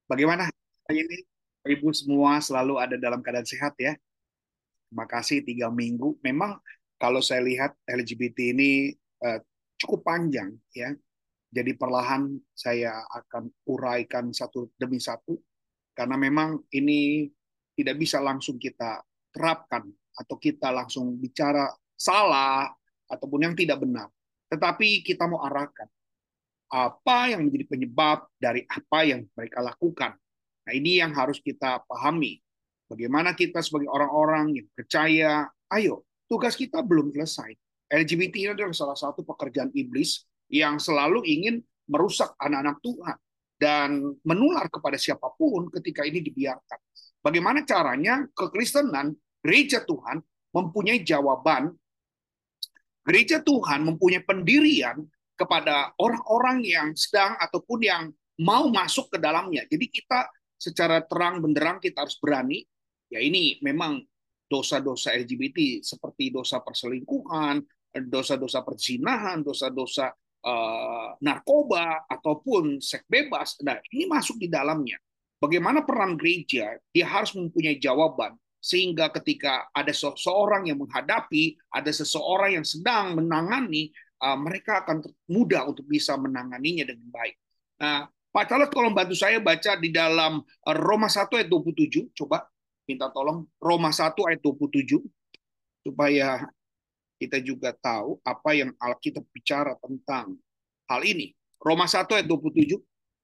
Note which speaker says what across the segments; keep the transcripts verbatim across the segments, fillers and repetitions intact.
Speaker 1: Bagaimana hari ini? Ibu semua selalu ada dalam keadaan sehat ya. Terima kasih tiga minggu. Memang kalau saya lihat L G B T ini eh, cukup panjang ya. Jadi perlahan saya akan uraikan satu demi satu karena memang ini tidak bisa langsung kita terapkan atau kita langsung bicara salah ataupun yang tidak benar. Tetapi kita mau arahkan apa yang menjadi penyebab dari apa yang mereka lakukan. Nah, ini yang harus kita pahami. Bagaimana kita sebagai orang-orang yang percaya, ayo, tugas kita belum selesai. L G B T ini adalah salah satu pekerjaan iblis yang selalu ingin merusak anak-anak Tuhan dan menular kepada siapapun ketika ini dibiarkan. Bagaimana caranya kekristenan, gereja Tuhan mempunyai jawaban, gereja Tuhan mempunyai pendirian kepada orang-orang yang sedang ataupun yang mau masuk ke dalamnya. Jadi kita secara terang benderang kita harus berani. Ya ini memang dosa-dosa L G B T seperti dosa perselingkuhan, dosa-dosa perzinahan, dosa-dosa uh, narkoba ataupun seks bebas. Nah, ini masuk di dalamnya. Bagaimana peran gereja? Dia harus mempunyai jawaban sehingga ketika ada seseorang yang menghadapi, ada seseorang yang sedang menangani, uh, mereka akan mudah untuk bisa menanganinya dengan baik. Nah, Pak Charles tolong bantu saya baca di dalam uh, Roma satu ayat dua puluh tujuh, coba minta tolong Roma satu ayat dua puluh tujuh supaya kita juga tahu apa yang Alkitab bicara tentang hal ini. Roma satu ayat dua puluh tujuh.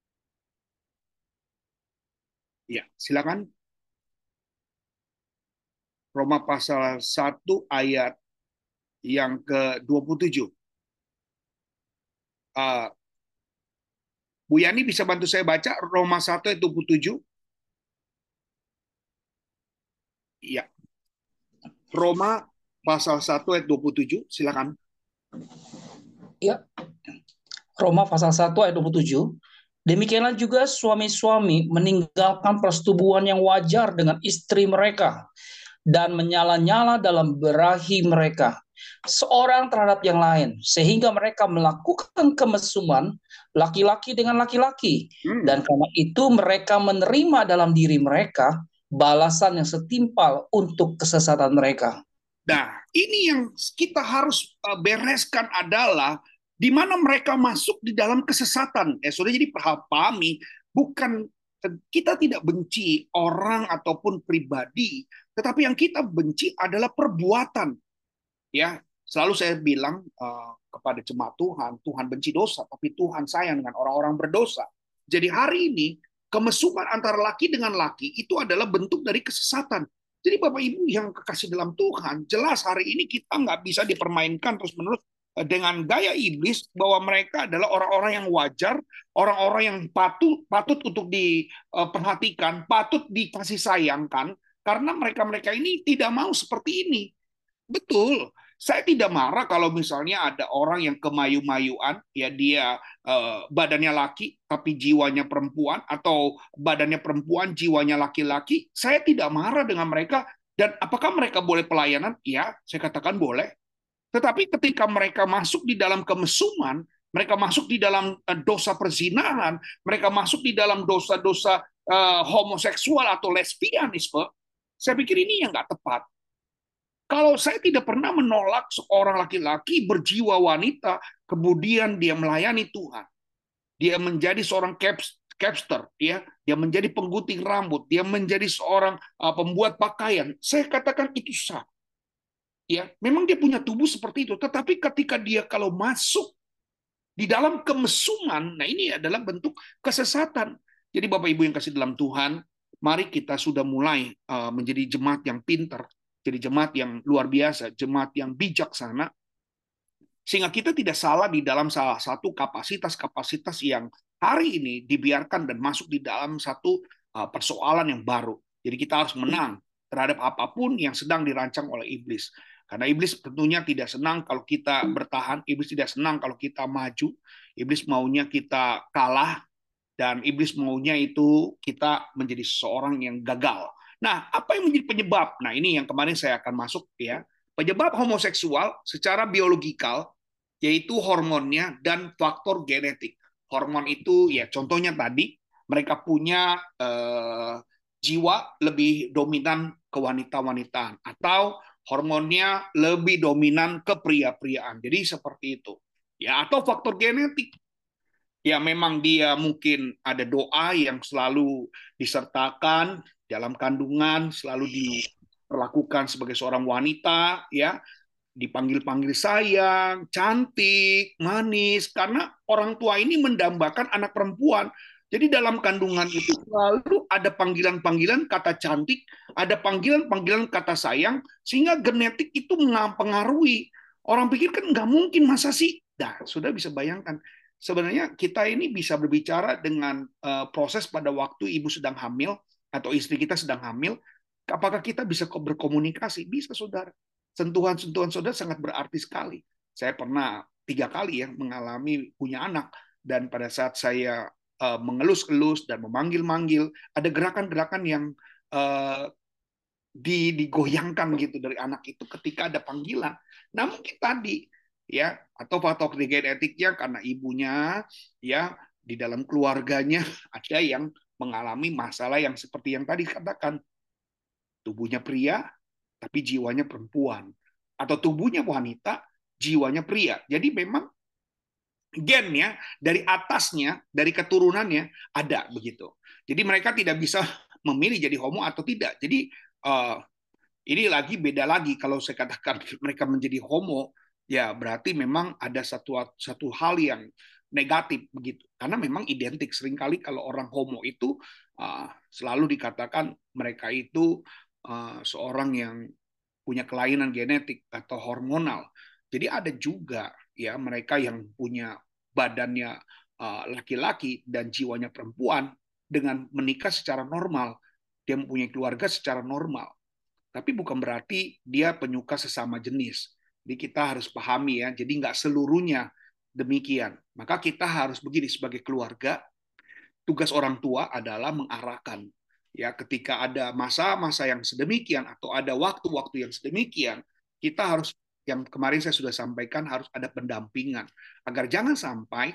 Speaker 1: Ya, silakan. Roma pasal satu ayat yang ke dua puluh tujuh. Uh, Bu Yani bisa bantu saya baca Roma satu ayat dua puluh tujuh? Iya. Roma pasal satu ayat dua puluh tujuh, silakan.
Speaker 2: Ya, Roma pasal satu ayat dua puluh tujuh. Demikianlah juga suami-suami meninggalkan persetubuhan yang wajar dengan istri mereka dan menyala-nyala dalam berahi mereka seorang terhadap yang lain, sehingga mereka melakukan kemesuman laki-laki dengan laki-laki. Hmm. Dan karena itu mereka menerima dalam diri mereka balasan yang setimpal untuk kesesatan mereka.
Speaker 1: Nah, ini yang kita harus bereskan adalah di mana mereka masuk di dalam kesesatan. Eh, sudah jadi pahami, bukan kita tidak benci orang ataupun pribadi, tetapi yang kita benci adalah perbuatan. Ya, selalu saya bilang uh, kepada jemaat Tuhan, Tuhan benci dosa, tapi Tuhan sayang dengan orang-orang berdosa. Jadi hari ini kemesuman antara laki dengan laki itu adalah bentuk dari kesesatan. Jadi Bapak Ibu yang kekasih dalam Tuhan, jelas hari ini kita nggak bisa dipermainkan terus-menerus dengan gaya iblis bahwa mereka adalah orang-orang yang wajar, orang-orang yang patut patut untuk diperhatikan, patut dikasih sayangkan, karena mereka-mereka ini tidak mau seperti ini. Betul, saya tidak marah kalau misalnya ada orang yang kemayu-mayuan, ya dia eh, badannya laki tapi jiwanya perempuan, atau badannya perempuan jiwanya laki-laki. Saya tidak marah dengan mereka. Dan apakah mereka boleh pelayanan? Ya, saya katakan boleh. Tetapi ketika mereka masuk di dalam kemesuman, mereka masuk di dalam dosa perzinahan, mereka masuk di dalam dosa-dosa uh, homoseksual atau lesbianisme, saya pikir ini yang nggak tepat. Kalau saya tidak pernah menolak seorang laki-laki berjiwa wanita, kemudian dia melayani Tuhan, dia menjadi seorang capster, ya, dia menjadi penggunting rambut, dia menjadi seorang uh, pembuat pakaian, saya katakan itu sah. Ya, memang dia punya tubuh seperti itu, tetapi ketika dia kalau masuk di dalam kemesuman, nah ini adalah bentuk kesesatan. Jadi Bapak Ibu yang kasih dalam Tuhan, mari kita sudah mulai uh, menjadi jemaat yang pintar, jadi jemaat yang luar biasa, jemaat yang bijaksana, sehingga kita tidak salah di dalam salah satu kapasitas-kapasitas yang hari ini dibiarkan dan masuk di dalam satu uh, persoalan yang baru. Jadi kita harus menang terhadap apapun yang sedang dirancang oleh iblis. Karena iblis tentunya tidak senang kalau kita bertahan, iblis tidak senang kalau kita maju, iblis maunya kita kalah, dan iblis maunya itu kita menjadi seorang yang gagal. Nah, apa yang menjadi penyebab? Nah, ini yang kemarin saya akan masuk ya. Penyebab homoseksual secara biologikal yaitu hormonnya dan faktor genetik. Hormon itu ya contohnya tadi mereka punya eh, jiwa lebih dominan ke wanita-wanitaan atau hormonnya lebih dominan ke pria-priaan. Jadi seperti itu. Ya, atau faktor genetik. Ya memang dia mungkin ada doa yang selalu disertakan dalam kandungan, selalu diperlakukan sebagai seorang wanita, ya, dipanggil-panggil sayang, cantik, manis, karena orang tua ini mendambakan anak perempuan. Jadi dalam kandungan itu selalu ada panggilan-panggilan kata cantik, ada panggilan-panggilan kata sayang, sehingga genetik itu mempengaruhi. Orang pikir kan nggak mungkin, masa sih? Nah, sudah bisa bayangkan. Sebenarnya kita ini bisa berbicara dengan uh, proses pada waktu ibu sedang hamil atau istri kita sedang hamil. Apakah kita bisa berkomunikasi? Bisa, saudara. Sentuhan-sentuhan saudara sangat berarti sekali. Saya pernah tiga kali ya mengalami punya anak, dan pada saat saya uh, mengelus-elus dan memanggil-manggil, ada gerakan-gerakan yang uh, digoyangkan gitu dari anak itu ketika ada panggilan. Nah mungkin tadi ya, atau faktor genetiknya karena ibunya ya di dalam keluarganya ada yang mengalami masalah yang seperti yang tadi katakan, tubuhnya pria tapi jiwanya perempuan, atau tubuhnya wanita jiwanya pria. Jadi memang gennya dari atasnya, dari keturunannya ada begitu. Jadi mereka tidak bisa memilih jadi homo atau tidak. Jadi uh, ini lagi beda lagi kalau saya katakan mereka menjadi homo, ya berarti memang ada satu satu hal yang negatif begitu. Karena memang identik, seringkali kalau orang homo itu uh, selalu dikatakan mereka itu uh, seorang yang punya kelainan genetik atau hormonal. Jadi ada juga ya mereka yang punya badannya uh, laki-laki dan jiwanya perempuan dengan menikah secara normal, dia mempunyai keluarga secara normal. Tapi bukan berarti dia penyuka sesama jenis. Jadi kita harus pahami ya, jadi nggak seluruhnya demikian. Maka kita harus begini, sebagai keluarga, tugas orang tua adalah mengarahkan. Ya, ketika ada masa-masa yang sedemikian atau ada waktu-waktu yang sedemikian, kita harus, yang kemarin saya sudah sampaikan, harus ada pendampingan agar jangan sampai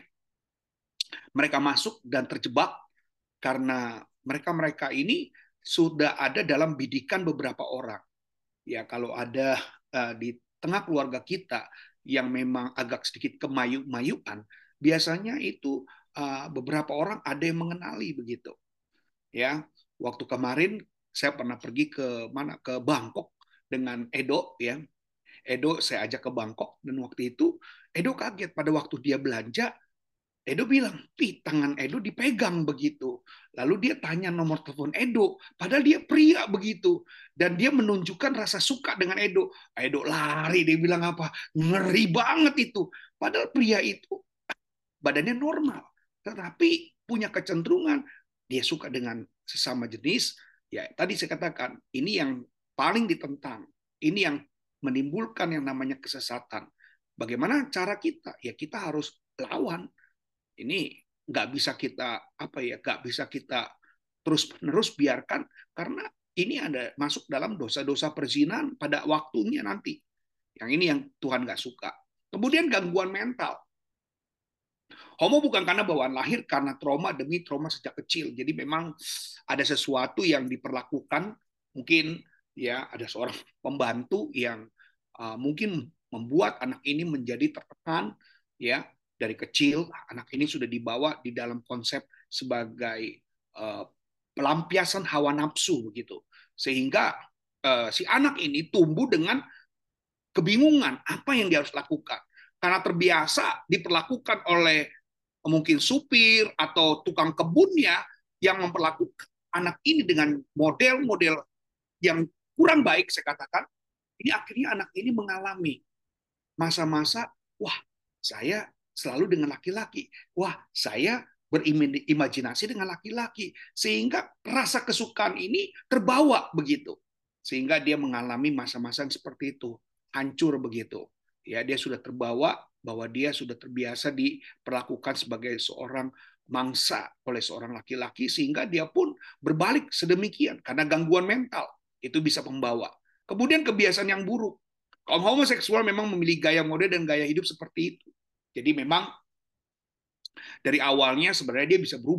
Speaker 1: mereka masuk dan terjebak karena mereka-mereka ini sudah ada dalam bidikan beberapa orang. Ya, kalau ada uh, di tengah keluarga kita yang memang agak sedikit kemayu-mayuan, biasanya itu uh, beberapa orang ada yang mengenali begitu. Ya, waktu kemarin saya pernah pergi ke mana, ke Bangkok dengan Edo ya. Edo saya ajak ke Bangkok, dan waktu itu Edo kaget pada waktu dia belanja. Edo bilang, "Ih, tangan Edo dipegang begitu." Lalu dia tanya nomor telepon Edo, padahal dia pria begitu. Dan dia menunjukkan rasa suka dengan Edo. Edo lari, dia bilang apa? Ngeri banget itu. Padahal pria itu badannya normal, tetapi punya kecenderungan dia suka dengan sesama jenis. Ya, tadi saya katakan, ini yang paling ditentang. Ini yang menimbulkan yang namanya kesesatan. Bagaimana cara kita? Ya kita harus lawan. Ini nggak bisa kita apa ya, nggak bisa kita terus menerus biarkan, karena ini ada masuk dalam dosa-dosa perzinahan pada waktunya nanti. Yang ini yang Tuhan nggak suka. Kemudian gangguan mental. Homo bukan karena bawaan lahir, karena trauma demi trauma sejak kecil. Jadi memang ada sesuatu yang diperlakukan, mungkin ya ada seorang pembantu yang uh, mungkin membuat anak ini menjadi tertekan ya. Dari kecil anak ini sudah dibawa di dalam konsep sebagai uh, pelampiasan hawa nafsu begitu, sehingga uh, si anak ini tumbuh dengan kebingungan apa yang dia harus lakukan karena terbiasa diperlakukan oleh mungkin supir atau tukang kebunnya yang memperlakukan anak ini dengan model-model yang kurang baik, saya katakan. Ini akhirnya anak ini mengalami masa-masa, wah saya selalu dengan laki-laki, wah saya berimajinasi dengan laki-laki, sehingga rasa kesukaan ini terbawa begitu, sehingga dia mengalami masa-masa yang seperti itu, hancur begitu. Ya, dia sudah terbawa bahwa dia sudah terbiasa diperlakukan sebagai seorang mangsa oleh seorang laki-laki, sehingga dia pun berbalik sedemikian karena gangguan mental itu bisa membawa. Kemudian kebiasaan yang buruk. Kaum homoseksual memang memilih gaya mode dan gaya hidup seperti itu. Jadi memang dari awalnya sebenarnya dia bisa berubah,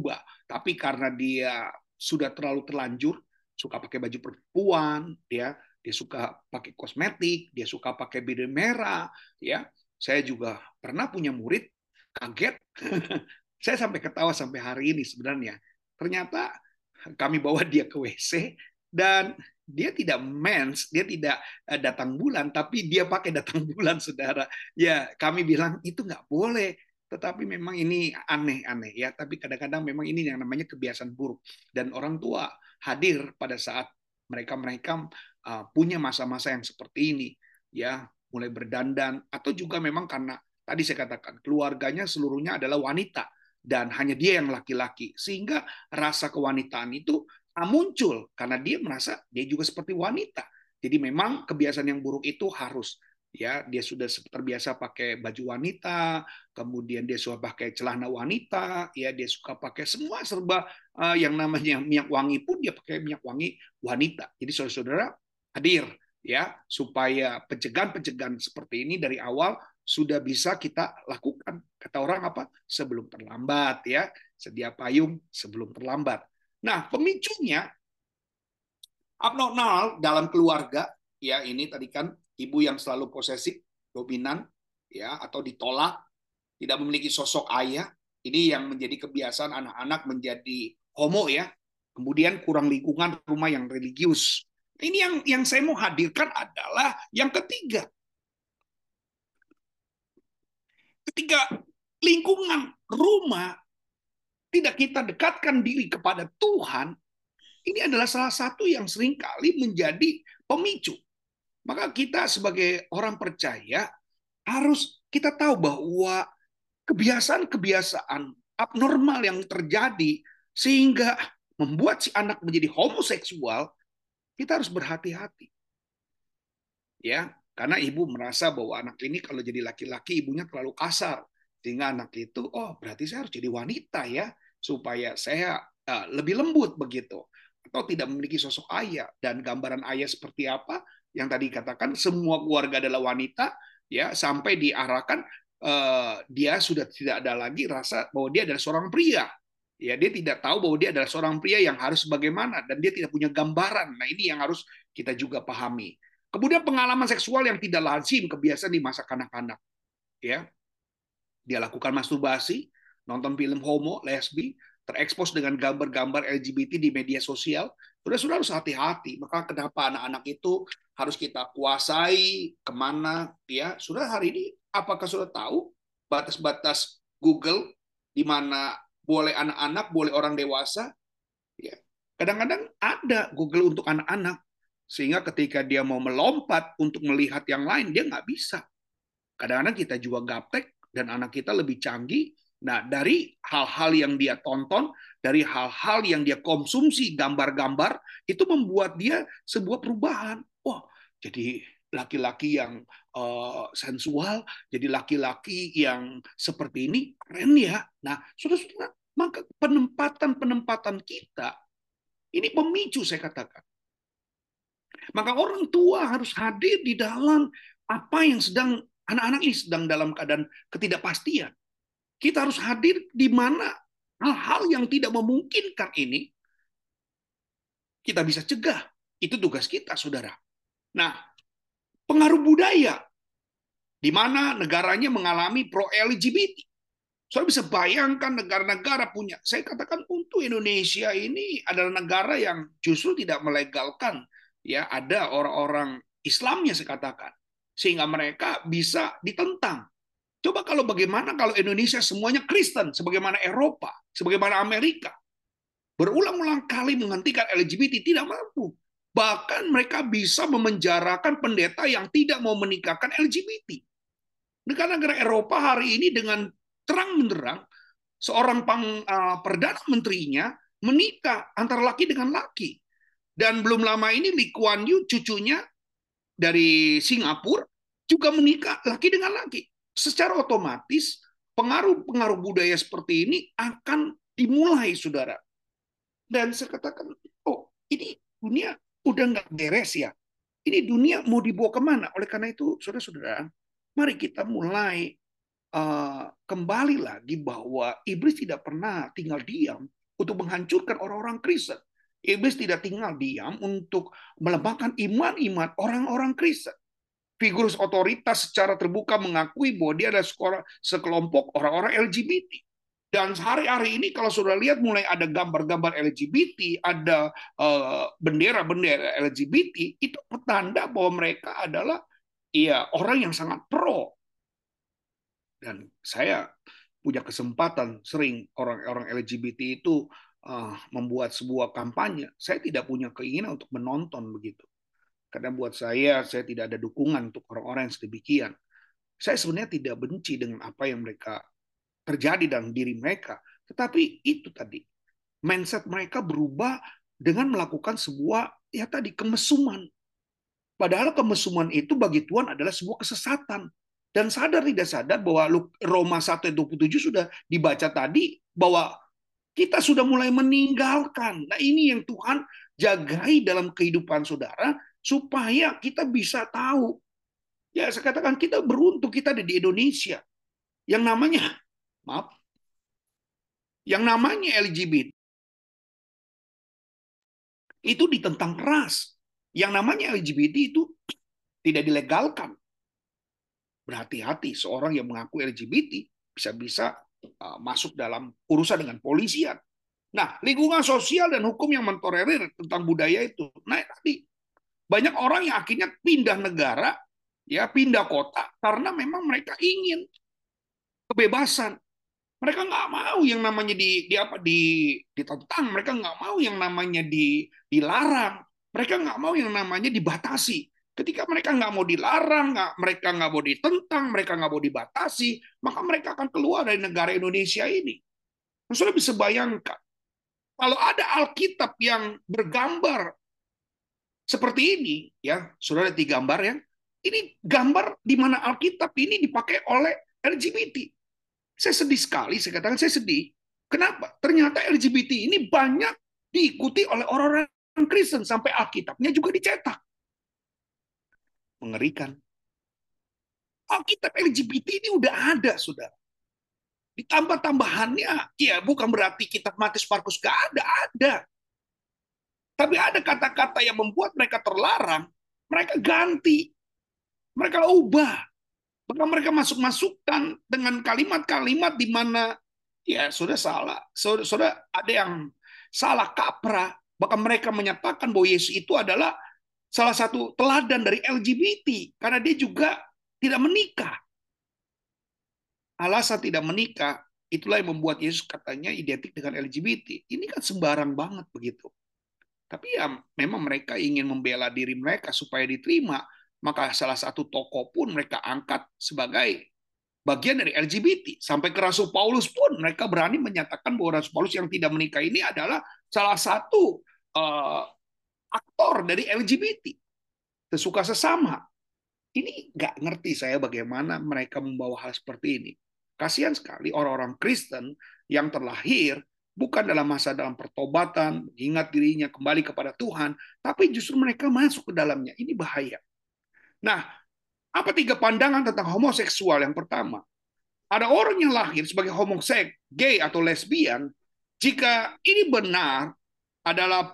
Speaker 1: Tapi karena dia sudah terlalu terlanjur, suka pakai baju perempuan, ya, dia suka pakai kosmetik, dia suka pakai biru merah, ya. Saya juga pernah punya murid kaget, saya sampai ketawa sampai hari ini sebenarnya. Ternyata kami bawa dia ke W C dan dia tidak mens, dia tidak eh, datang bulan, tapi dia pakai datang bulan, saudara. Ya, kami bilang itu nggak boleh. Tetapi memang ini aneh-aneh ya. Tapi kadang-kadang memang ini yang namanya kebiasaan buruk. Dan orang tua hadir pada saat mereka-mereka uh, punya masa-masa yang seperti ini, ya, mulai berdandan atau juga memang karena tadi saya katakan keluarganya seluruhnya adalah wanita dan hanya dia yang laki-laki, sehingga rasa kewanitaan itu muncul karena dia merasa dia juga seperti wanita. Jadi memang kebiasaan yang buruk itu harus, ya, dia sudah terbiasa pakai baju wanita, kemudian dia suka pakai celana wanita, ya, dia suka pakai semua serba uh, yang namanya minyak wangi pun dia pakai minyak wangi wanita. Jadi saudara-saudara hadir, ya, supaya pencegahan-pencegahan seperti ini dari awal sudah bisa kita lakukan. Kata orang apa? Sebelum terlambat, ya. Sedia payung sebelum terlambat. Nah, pemicunya abnormal dalam keluarga, ya, ini tadi kan ibu yang selalu posesif, dominan, ya, atau ditolak, tidak memiliki sosok ayah. Ini yang menjadi kebiasaan anak-anak menjadi homo, ya. Kemudian kurang lingkungan rumah yang religius. Ini yang yang saya mau hadirkan adalah yang ketiga. Ketika lingkungan rumah tidak kita dekatkan diri kepada Tuhan, ini adalah salah satu yang seringkali menjadi pemicu. Maka kita sebagai orang percaya harus kita tahu bahwa kebiasaan-kebiasaan abnormal yang terjadi sehingga membuat si anak menjadi homoseksual, kita harus berhati-hati. Ya, karena ibu merasa bahwa anak ini kalau jadi laki-laki ibunya terlalu kasar, sehingga anak itu, oh berarti saya harus jadi wanita ya, supaya saya uh, lebih lembut begitu, atau tidak memiliki sosok ayah. Dan gambaran ayah seperti apa yang tadi katakan semua keluarga adalah wanita, ya, sampai diarahkan uh, dia sudah tidak ada lagi rasa bahwa dia adalah seorang pria. Ya, dia tidak tahu bahwa dia adalah seorang pria yang harus bagaimana, dan dia tidak punya gambaran. Nah, ini yang harus kita juga pahami. Kemudian pengalaman seksual yang tidak lazim, kebiasaan di masa kanak-kanak, ya, dia lakukan masturbasi, nonton film homo, lesbi, terekspos dengan gambar-gambar L G B T di media sosial. Sudah-sudah harus hati-hati. Maka kenapa anak-anak itu harus kita kuasai kemana? Ya, sudah hari ini, apakah sudah tahu batas-batas Google di mana boleh anak-anak, boleh orang dewasa? Ya, kadang-kadang ada Google untuk anak-anak, sehingga ketika dia mau melompat untuk melihat yang lain, dia nggak bisa. Kadang-kadang kita juga gaptek, dan anak kita lebih canggih. Nah, dari hal-hal yang dia tonton, dari hal-hal yang dia konsumsi, gambar-gambar, itu membuat dia sebuah perubahan. Wah, jadi laki-laki yang uh, sensual, jadi laki-laki yang seperti ini, keren ya. Nah, saudara-saudara, maka penempatan-penempatan kita, ini pemicu saya katakan. Maka orang tua harus hadir di dalam apa yang sedang anak-anak ini sedang dalam keadaan ketidakpastian. Kita harus hadir di mana hal-hal yang tidak memungkinkan ini kita bisa cegah. Itu tugas kita, saudara. Nah, pengaruh budaya di mana negaranya mengalami pro-L G B T. Saya bisa bayangkan negara-negara punya. Saya katakan untuk Indonesia ini adalah negara yang justru tidak melegalkan. Ya, ada orang-orang Islamnya saya katakan, sehingga mereka bisa ditentang. Coba kalau bagaimana kalau Indonesia semuanya Kristen, sebagaimana Eropa, sebagaimana Amerika, berulang-ulang kali menghentikan L G B T, tidak mampu. Bahkan mereka bisa memenjarakan pendeta yang tidak mau menikahkan L G B T. Negara-negara Eropa hari ini dengan terang-menerang, seorang pang, uh, perdana menterinya menikah antara laki dengan laki. Dan belum lama ini Lee Kuan Yew, cucunya dari Singapura, juga menikah laki dengan laki. Secara otomatis, pengaruh-pengaruh budaya seperti ini akan dimulai, saudara. Dan saya katakan, oh, ini dunia udah nggak beres ya. Ini dunia mau dibawa kemana? Oleh karena itu, saudara-saudara, mari kita mulai uh, kembali lagi bahwa iblis tidak pernah tinggal diam untuk menghancurkan orang-orang Kristen. Iblis tidak tinggal diam untuk melemahkan iman-iman orang-orang Kristen. Figur otoritas secara terbuka mengakui bahwa dia adalah sekelompok orang-orang L G B T. Dan hari-hari ini kalau sudah lihat mulai ada gambar-gambar L G B T, ada uh, bendera-bendera L G B T, itu petanda bahwa mereka adalah ya orang yang sangat pro. Dan saya punya kesempatan sering orang-orang L G B T itu uh, membuat sebuah kampanye. Saya tidak punya keinginan untuk menonton begitu. Karena buat saya, saya tidak ada dukungan untuk orang-orang yang sedemikian. Saya sebenarnya tidak benci dengan apa yang mereka terjadi dalam diri mereka. Tetapi itu tadi, mindset mereka berubah dengan melakukan sebuah, ya tadi, kemesuman. Padahal kemesuman itu bagi Tuhan adalah sebuah kesesatan. Dan sadar tidak sadar bahwa Roma satu ayat dua puluh tujuh sudah dibaca tadi, bahwa kita sudah mulai meninggalkan. Nah ini yang Tuhan jagai dalam kehidupan saudara, supaya kita bisa tahu. Ya saya katakan kita beruntung kita ada di Indonesia. Yang namanya, maaf, yang namanya L G B T itu ditentang keras. Yang namanya L G B T itu tidak dilegalkan. Berhati-hati, seorang yang mengaku L G B T bisa-bisa uh, masuk dalam urusan dengan polisian. Nah, lingkungan sosial dan hukum yang mentolerir tentang budaya itu. Nah, tadi banyak orang yang akhirnya pindah negara, ya pindah kota karena memang mereka ingin kebebasan. Mereka nggak mau yang namanya di, di apa di ditentang, mereka nggak mau yang namanya di, dilarang, mereka nggak mau yang namanya dibatasi. Ketika mereka nggak mau dilarang, nggak, mereka nggak mau ditentang, mereka nggak mau dibatasi, maka mereka akan keluar dari negara Indonesia ini. Saudara bisa bayangkan, kalau ada Alkitab yang bergambar seperti ini, ya, sudah ada tiga gambar ya. Ini gambar di mana Alkitab ini dipakai oleh L G B T. Saya sedih sekali, saya katakan saya sedih. Kenapa? Ternyata L G B T ini banyak diikuti oleh orang-orang Kristen sampai Alkitabnya juga dicetak. Mengerikan. Alkitab L G B T ini udah ada, saudara. Ditambah tambahannya, ya bukan berarti kitab Matius Markus gak ada, ada. Tapi ada kata-kata yang membuat mereka terlarang, mereka ganti, mereka ubah. Maka mereka masuk-masukkan dengan kalimat-kalimat di mana ya sudah salah, sudah, sudah ada yang salah kaprah. Bahkan mereka menyatakan bahwa Yesus itu adalah salah satu teladan dari L G B T karena dia juga tidak menikah. Alasan tidak menikah itulah yang membuat Yesus katanya identik dengan L G B T. Ini kan sembarang banget begitu. Tapi ya memang mereka ingin membela diri mereka supaya diterima, maka salah satu tokoh pun mereka angkat sebagai bagian dari L G B T. Sampai ke Rasul Paulus pun mereka berani menyatakan bahwa Rasul Paulus yang tidak menikah ini adalah salah satu uh, aktor dari L G B T. Sesuka sesama. Ini nggak ngerti saya bagaimana mereka membawa hal seperti ini. Kasihan sekali orang-orang Kristen yang terlahir bukan dalam masa dalam pertobatan, mengingat dirinya kembali kepada Tuhan, tapi justru mereka masuk ke dalamnya. Ini bahaya. Nah, apa tiga pandangan tentang homoseksual? Yang pertama, ada orang yang lahir sebagai homoseks, gay atau lesbian, jika ini benar adalah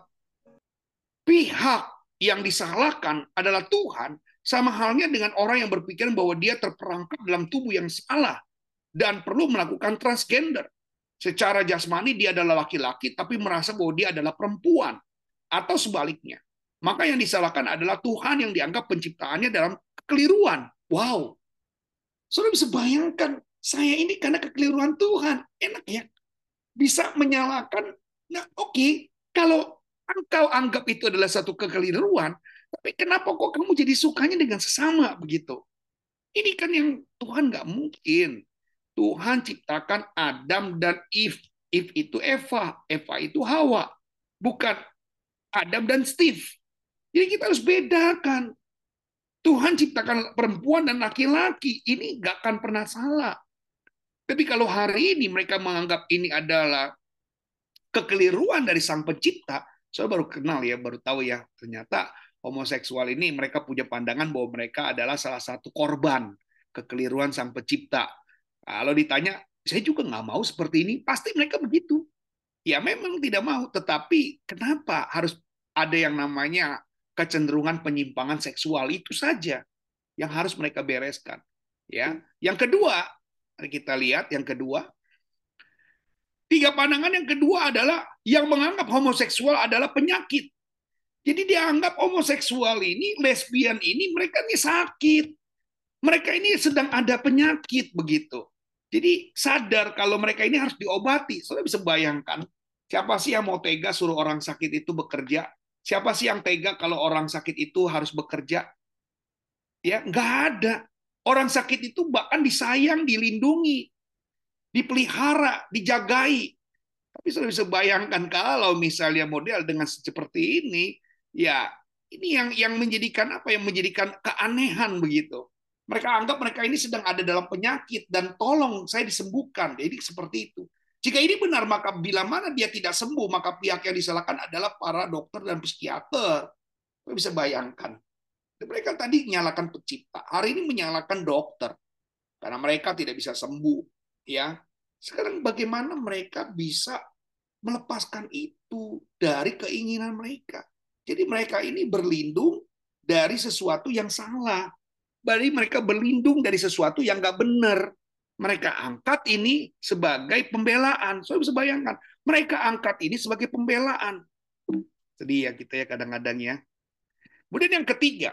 Speaker 1: pihak yang disalahkan adalah Tuhan, sama halnya dengan orang yang berpikiran bahwa dia terperangkap dalam tubuh yang salah dan perlu melakukan transgender. Secara jasmani dia adalah laki-laki, tapi merasa bahwa dia adalah perempuan. Atau sebaliknya. Maka yang disalahkan adalah Tuhan yang dianggap penciptaannya dalam kekeliruan. Wow. Saudara bisa bayangkan, saya ini karena kekeliruan Tuhan. Enak ya. Bisa menyalahkan. Nah oke, okay. Kalau engkau anggap itu adalah satu kekeliruan, tapi kenapa kok kamu jadi sukanya dengan sesama begitu? Ini kan yang Tuhan nggak mungkin. Tuhan ciptakan Adam dan Eve. Eve itu Eva, Eva itu Hawa. Bukan Adam dan Steve. Jadi kita harus bedakan. Tuhan ciptakan perempuan dan laki-laki. Ini nggak akan pernah salah. Tapi kalau hari ini mereka menganggap ini adalah kekeliruan dari Sang Pencipta, saya baru kenal ya, baru tahu ya, ternyata homoseksual ini mereka punya pandangan bahwa mereka adalah salah satu korban kekeliruan Sang Pencipta. Kalau ditanya, saya juga nggak mau seperti ini, pasti mereka begitu. Ya memang tidak mau, tetapi kenapa harus ada yang namanya kecenderungan penyimpangan seksual? Itu saja yang harus mereka bereskan. Ya, yang kedua, mari kita lihat yang kedua. Tiga pandangan yang kedua adalah yang menganggap homoseksual adalah penyakit. Jadi dia anggap homoseksual ini, lesbian ini, mereka ini sakit. Mereka ini sedang ada penyakit begitu. Jadi sadar kalau mereka ini harus diobati. Saudara bisa bayangkan, siapa sih yang mau tega suruh orang sakit itu bekerja? Siapa sih yang tega kalau orang sakit itu harus bekerja? Ya, nggak ada. Orang sakit itu bahkan disayang, dilindungi, dipelihara, dijagai. Tapi sudah bisa bayangkan kalau misalnya model dengan seperti ini, ya ini yang yang menjadikan apa? Yang menjadikan keanehan begitu. Mereka anggap mereka ini sedang ada dalam penyakit dan tolong saya disembuhkan. Jadi seperti itu. Jika ini benar, maka bila mana dia tidak sembuh, maka pihak yang disalahkan adalah para dokter dan psikiater. Kita bisa bayangkan. Mereka tadi menyalahkan pencipta, hari ini menyalahkan dokter karena mereka tidak bisa sembuh. Ya, sekarang bagaimana mereka bisa melepaskan itu dari keinginan mereka? Jadi mereka ini berlindung dari sesuatu yang salah. Berarti mereka berlindung dari sesuatu yang nggak benar. Mereka angkat ini sebagai pembelaan. Saya bisa bayangkan, mereka angkat ini sebagai pembelaan. Sedih ya kita ya kadang-kadang ya. Kemudian yang ketiga,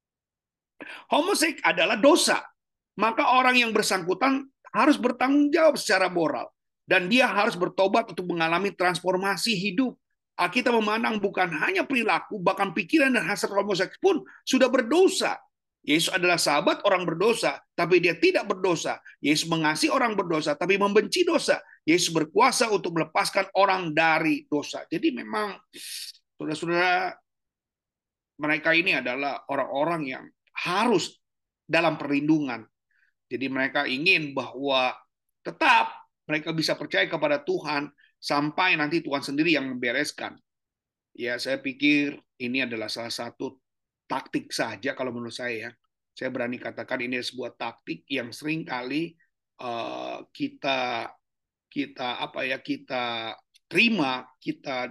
Speaker 1: homoseks adalah dosa. Maka orang yang bersangkutan harus bertanggung jawab secara moral. Dan dia harus bertobat untuk mengalami transformasi hidup. Kita memandang bukan hanya perilaku, bahkan pikiran dan hasrat homoseks pun sudah berdosa. Yesus adalah sahabat orang berdosa, tapi dia tidak berdosa. Yesus mengasihi orang berdosa, tapi membenci dosa. Yesus berkuasa untuk melepaskan orang dari dosa. Jadi memang, saudara-saudara, mereka ini adalah orang-orang yang harus dalam perlindungan. Jadi mereka ingin bahwa tetap mereka bisa percaya kepada Tuhan sampai nanti Tuhan sendiri yang membereskan. Ya, saya pikir ini adalah salah satu taktik saja kalau menurut saya. Saya berani katakan ini sebuah taktik yang sering kali uh, kita kita apa ya kita terima, kita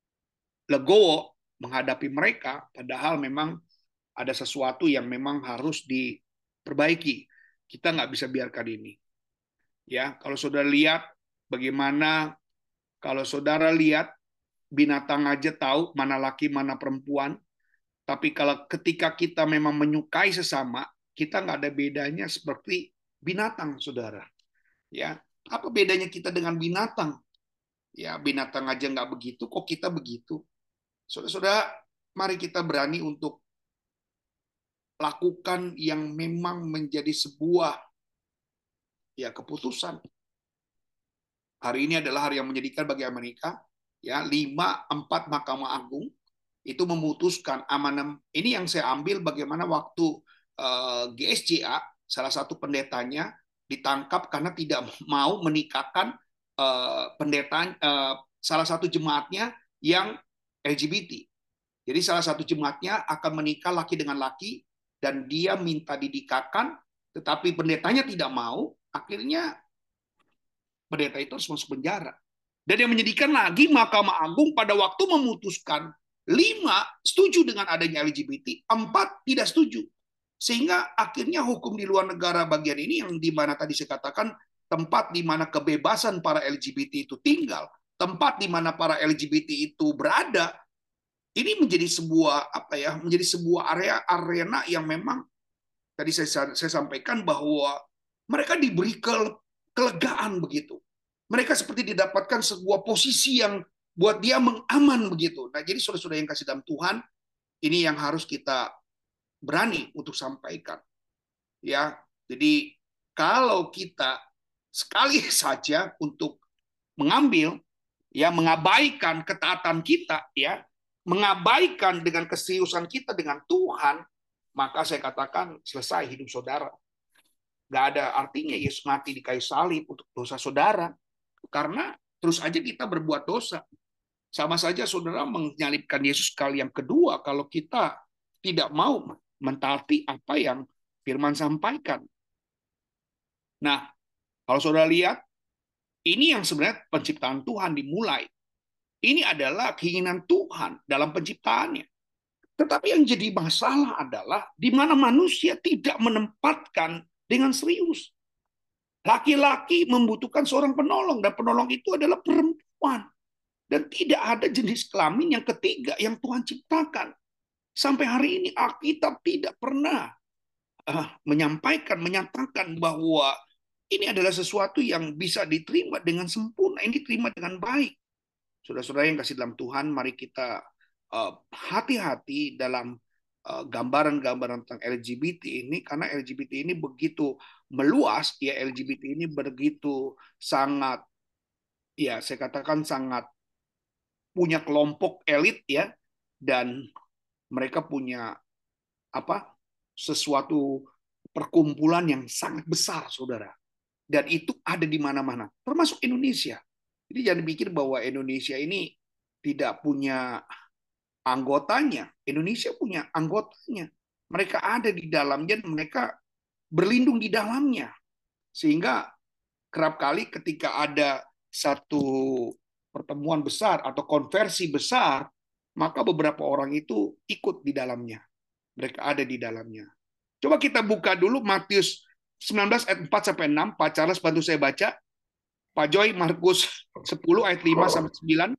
Speaker 1: legowo menghadapi mereka, padahal memang ada sesuatu yang memang harus diperbaiki. Kita nggak bisa biarkan ini. Ya, kalau saudara lihat bagaimana kalau saudara lihat binatang aja tahu mana laki mana perempuan, tapi kalau ketika kita memang menyukai sesama, kita nggak ada bedanya seperti binatang, saudara. Ya, apa bedanya kita dengan binatang? Ya, binatang aja nggak begitu, kok kita begitu? Saudara-saudara, mari kita berani untuk lakukan yang memang menjadi sebuah ya keputusan. Hari ini adalah hari yang menyedihkan bagi Amerika. Ya, lima empat Mahkamah Agung itu memutuskan amanam. Ini yang saya ambil bagaimana waktu uh, G S C A salah satu pendetanya ditangkap karena tidak mau menikahkan uh, pendeta uh, salah satu jemaatnya yang L G B T. Jadi salah satu jemaatnya akan menikah laki dengan laki dan dia minta dinikahkan, tetapi pendetanya tidak mau. Akhirnya pendeta itu harus masuk penjara. Dan yang menyedihkan lagi, Mahkamah Agung pada waktu memutuskan lima setuju dengan adanya L G B T, empat tidak setuju. Sehingga akhirnya hukum di luar negara bagian ini yang di mana tadi saya katakan tempat di mana kebebasan para L G B T itu tinggal, tempat di mana para L G B T itu berada, ini menjadi sebuah apa ya, menjadi sebuah area arena yang memang tadi saya, saya sampaikan bahwa mereka diberi kelegaan begitu. Mereka seperti didapatkan sebuah posisi yang buat dia mengaman begitu. Nah, jadi saudara-saudara yang kasih dalam Tuhan, ini yang harus kita berani untuk sampaikan. Ya, jadi kalau kita sekali saja untuk mengambil, ya mengabaikan ketaatan kita, ya mengabaikan dengan keseriusan kita dengan Tuhan, maka saya katakan selesai hidup saudara. Gak ada artinya Yesus mati di kayu salib untuk dosa saudara. Karena terus aja kita berbuat dosa. Sama saja saudara menyalibkan Yesus kali yang kedua kalau kita tidak mau mentaati apa yang firman sampaikan. Nah, kalau saudara lihat, ini yang sebenarnya penciptaan Tuhan dimulai. Ini adalah keinginan Tuhan dalam penciptaannya. Tetapi yang jadi masalah adalah di mana manusia tidak menempatkan dengan serius. Laki-laki membutuhkan seorang penolong, dan penolong itu adalah perempuan. Dan tidak ada jenis kelamin yang ketiga yang Tuhan ciptakan. Sampai hari ini Alkitab tidak pernah uh, menyampaikan, menyatakan bahwa ini adalah sesuatu yang bisa diterima dengan sempurna, ini diterima dengan baik. Saudara-saudara yang kasih dalam Tuhan, mari kita uh, hati-hati dalam uh, gambaran-gambaran tentang L G B T ini, karena L G B T ini begitu meluas, ya L G B T ini begitu sangat, ya saya katakan sangat punya kelompok elit, ya, dan mereka punya apa sesuatu perkumpulan yang sangat besar, saudara, dan itu ada di mana-mana, termasuk Indonesia. Jadi jangan pikir bahwa Indonesia ini tidak punya anggotanya. Indonesia punya anggotanya. Mereka ada di dalamnya, mereka berlindung di dalamnya. Sehingga kerap kali ketika ada satu pertemuan besar atau konversi besar, maka beberapa orang itu ikut di dalamnya. Mereka ada di dalamnya. Coba kita buka dulu Matius sembilan belas ayat empat sampai enam. Pak Charles bantu saya baca. Pak Joy, Markus sepuluh ayat lima sampai sembilan.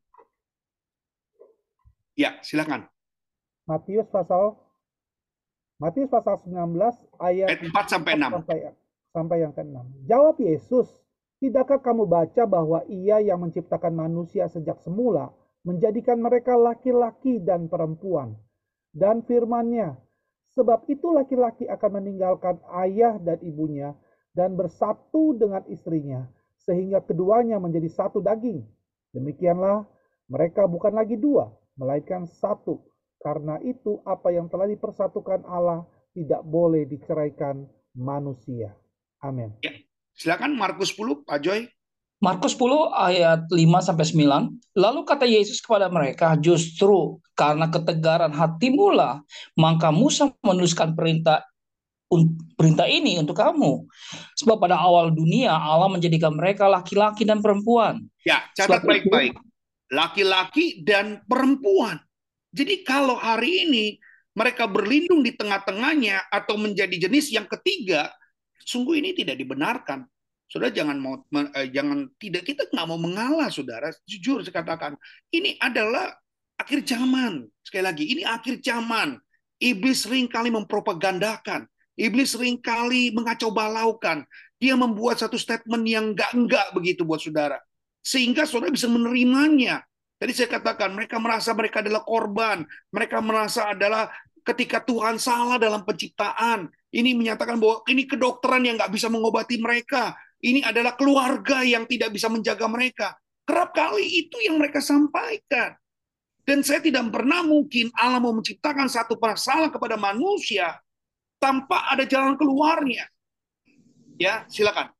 Speaker 1: Ya, silakan.
Speaker 3: Matius pasal Matius pasal sembilan belas ayat,
Speaker 1: ayat empat sampai enam.
Speaker 3: Sampai, sampai yang keenam. Jawab Yesus, tidakkah kamu baca bahwa Ia yang menciptakan manusia sejak semula menjadikan mereka laki-laki dan perempuan? Dan firman-Nya, sebab itu laki-laki akan meninggalkan ayah dan ibunya dan bersatu dengan istrinya, sehingga keduanya menjadi satu daging. Demikianlah, mereka bukan lagi dua, melainkan satu. Karena itu, apa yang telah dipersatukan Allah tidak boleh diceraikan manusia. Amin.
Speaker 1: Ya, silakan Markus sepuluh, Pak Joy.
Speaker 2: Markus sepuluh ayat lima sampai sembilan. Lalu kata Yesus kepada mereka, justru karena ketegaran hatimu lah, maka Musa menuliskan perintah perintah ini untuk kamu. Sebab pada awal dunia Allah menjadikan mereka laki-laki dan perempuan.
Speaker 1: Ya, catat baik-baik. Laki-laki dan perempuan. Jadi kalau hari ini mereka berlindung di tengah-tengahnya atau menjadi jenis yang ketiga, sungguh ini tidak dibenarkan. Saudara jangan mau eh, jangan tidak kita nggak mau mengalah, saudara. Jujur saya katakan, ini adalah akhir zaman. Sekali lagi, ini akhir zaman. Iblis seringkali mempropagandakan. Iblis seringkali mengacau balaukan. Dia membuat satu statement yang enggak-enggak begitu buat saudara. Sehingga saudara bisa menerimanya. Tadi saya katakan, mereka merasa mereka adalah korban. Mereka merasa adalah ketika Tuhan salah dalam penciptaan. Ini menyatakan bahwa ini kedokteran yang nggak bisa mengobati mereka. Ini adalah keluarga yang tidak bisa menjaga mereka. Kerap kali itu yang mereka sampaikan. Dan saya tidak pernah mungkin Allah mau menciptakan satu masalah kepada manusia tanpa ada jalan keluarnya. Ya, silakan.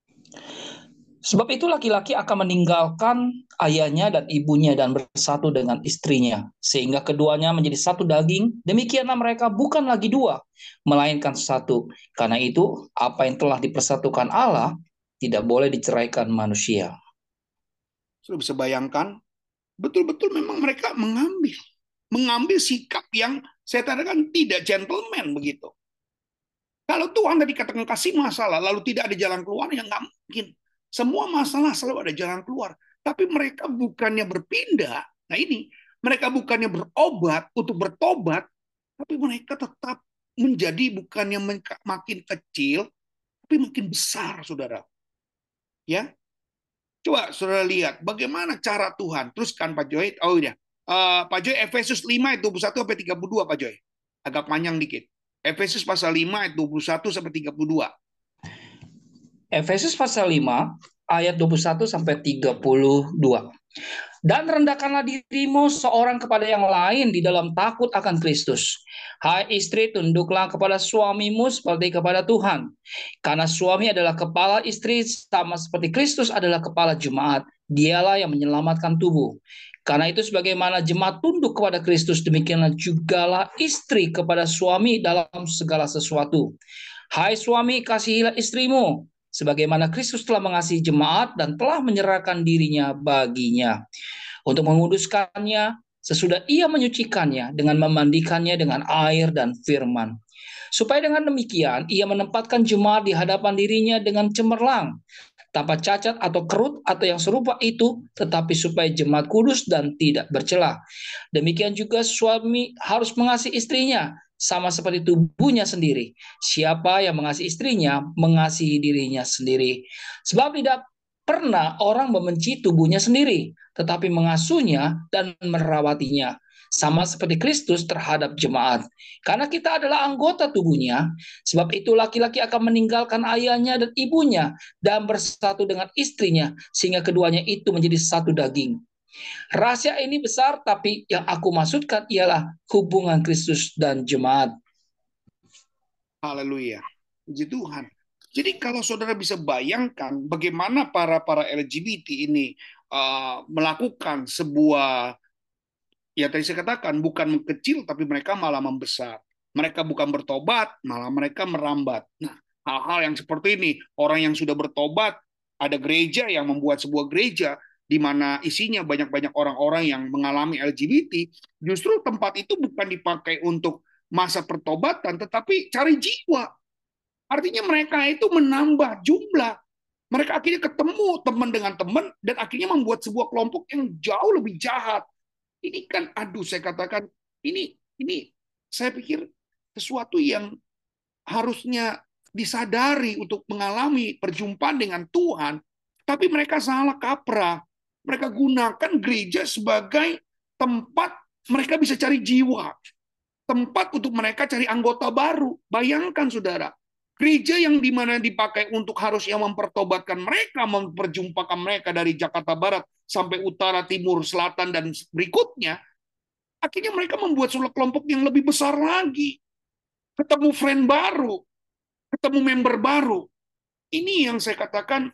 Speaker 2: Sebab itu laki-laki akan meninggalkan ayahnya dan ibunya dan bersatu dengan istrinya, sehingga keduanya menjadi satu daging. Demikianlah mereka bukan lagi dua, melainkan satu. Karena itu, apa yang telah dipersatukan Allah tidak boleh diceraikan manusia.
Speaker 1: Sudah bisa bayangkan, betul-betul memang mereka mengambil mengambil sikap yang saya katakan tidak gentleman begitu. Kalau Tuhan tadi katakan kasih masalah, lalu tidak ada jalan keluar, ya nggak mungkin. Semua masalah selalu ada jalan keluar. Tapi mereka bukannya berpindah. Nah ini, mereka bukannya berobat untuk bertobat, tapi mereka tetap menjadi bukannya makin kecil, tapi makin besar, saudara. Ya, coba saudara lihat bagaimana cara Tuhan. Teruskan Pak Joy. Oh iya, uh, Pak Joy Efesus lima ayat dua puluh satu sampai tiga puluh dua Pak Joy. Agak panjang dikit. Efesus pasal lima ayat dua puluh satu sampai tiga puluh dua.
Speaker 2: Efesus pasal lima ayat dua puluh satu sampai tiga puluh dua. Dan rendahkanlah dirimu seorang kepada yang lain di dalam takut akan Kristus. Hai istri, tunduklah kepada suamimu seperti kepada Tuhan. Karena suami adalah kepala istri sama seperti Kristus adalah kepala jemaat. Dialah yang menyelamatkan tubuh. Karena itu sebagaimana jemaat tunduk kepada Kristus, demikianlah jugalah istri kepada suami dalam segala sesuatu. Hai suami, kasihilah istrimu, sebagaimana Kristus telah mengasihi jemaat dan telah menyerahkan dirinya baginya, untuk menguduskannya sesudah ia menyucikannya dengan memandikannya dengan air dan firman. Supaya dengan demikian ia menempatkan jemaat di hadapan dirinya dengan cemerlang, tanpa cacat atau kerut atau yang serupa itu, tetapi supaya jemaat kudus dan tidak bercela. Demikian juga suami harus mengasihi istrinya, sama seperti tubuhnya sendiri. Siapa yang mengasihi istrinya, mengasihi dirinya sendiri. Sebab tidak pernah orang membenci tubuhnya sendiri, tetapi mengasuhnya dan merawatinya, sama seperti Kristus terhadap jemaat. Karena kita adalah anggota tubuhnya, sebab itu laki-laki akan meninggalkan ayahnya dan ibunya dan bersatu dengan istrinya, sehingga keduanya itu menjadi satu daging. Rahasia ini besar, tapi yang aku maksudkan ialah hubungan Kristus dan jemaat.
Speaker 1: Haleluya. Puji Tuhan. Jadi kalau saudara bisa bayangkan bagaimana para para L G B T ini uh, melakukan sebuah, ya tadi saya katakan, bukan mengecil tapi mereka malah membesar. Mereka bukan bertobat, malah mereka merambat. Nah, hal-hal yang seperti ini, orang yang sudah bertobat, ada gereja yang membuat sebuah gereja di mana isinya banyak-banyak orang-orang yang mengalami L G B T, justru tempat itu bukan dipakai untuk masa pertobatan, tetapi cari jiwa. Artinya mereka itu menambah jumlah. Mereka akhirnya ketemu teman dengan teman dan akhirnya membuat sebuah kelompok yang jauh lebih jahat. Ini kan, aduh, saya katakan, ini ini saya pikir sesuatu yang harusnya disadari untuk mengalami perjumpaan dengan Tuhan, tapi mereka salah kaprah. Mereka gunakan gereja sebagai tempat mereka bisa cari jiwa, tempat untuk mereka cari anggota baru. Bayangkan, saudara, gereja yang dimana dipakai untuk harusnya mempertobatkan mereka, memperjumpakan mereka dari Jakarta Barat sampai utara, timur, selatan, dan berikutnya, akhirnya mereka membuat sebuah kelompok yang lebih besar lagi. Ketemu friend baru, ketemu member baru. Ini yang saya katakan,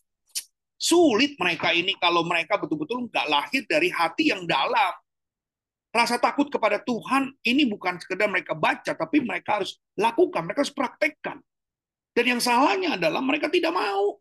Speaker 1: sulit mereka ini kalau mereka betul-betul nggak lahir dari hati yang dalam. Rasa takut kepada Tuhan ini bukan sekedar mereka baca, tapi mereka harus lakukan, mereka harus praktekkan. Dan yang salahnya adalah mereka tidak mau.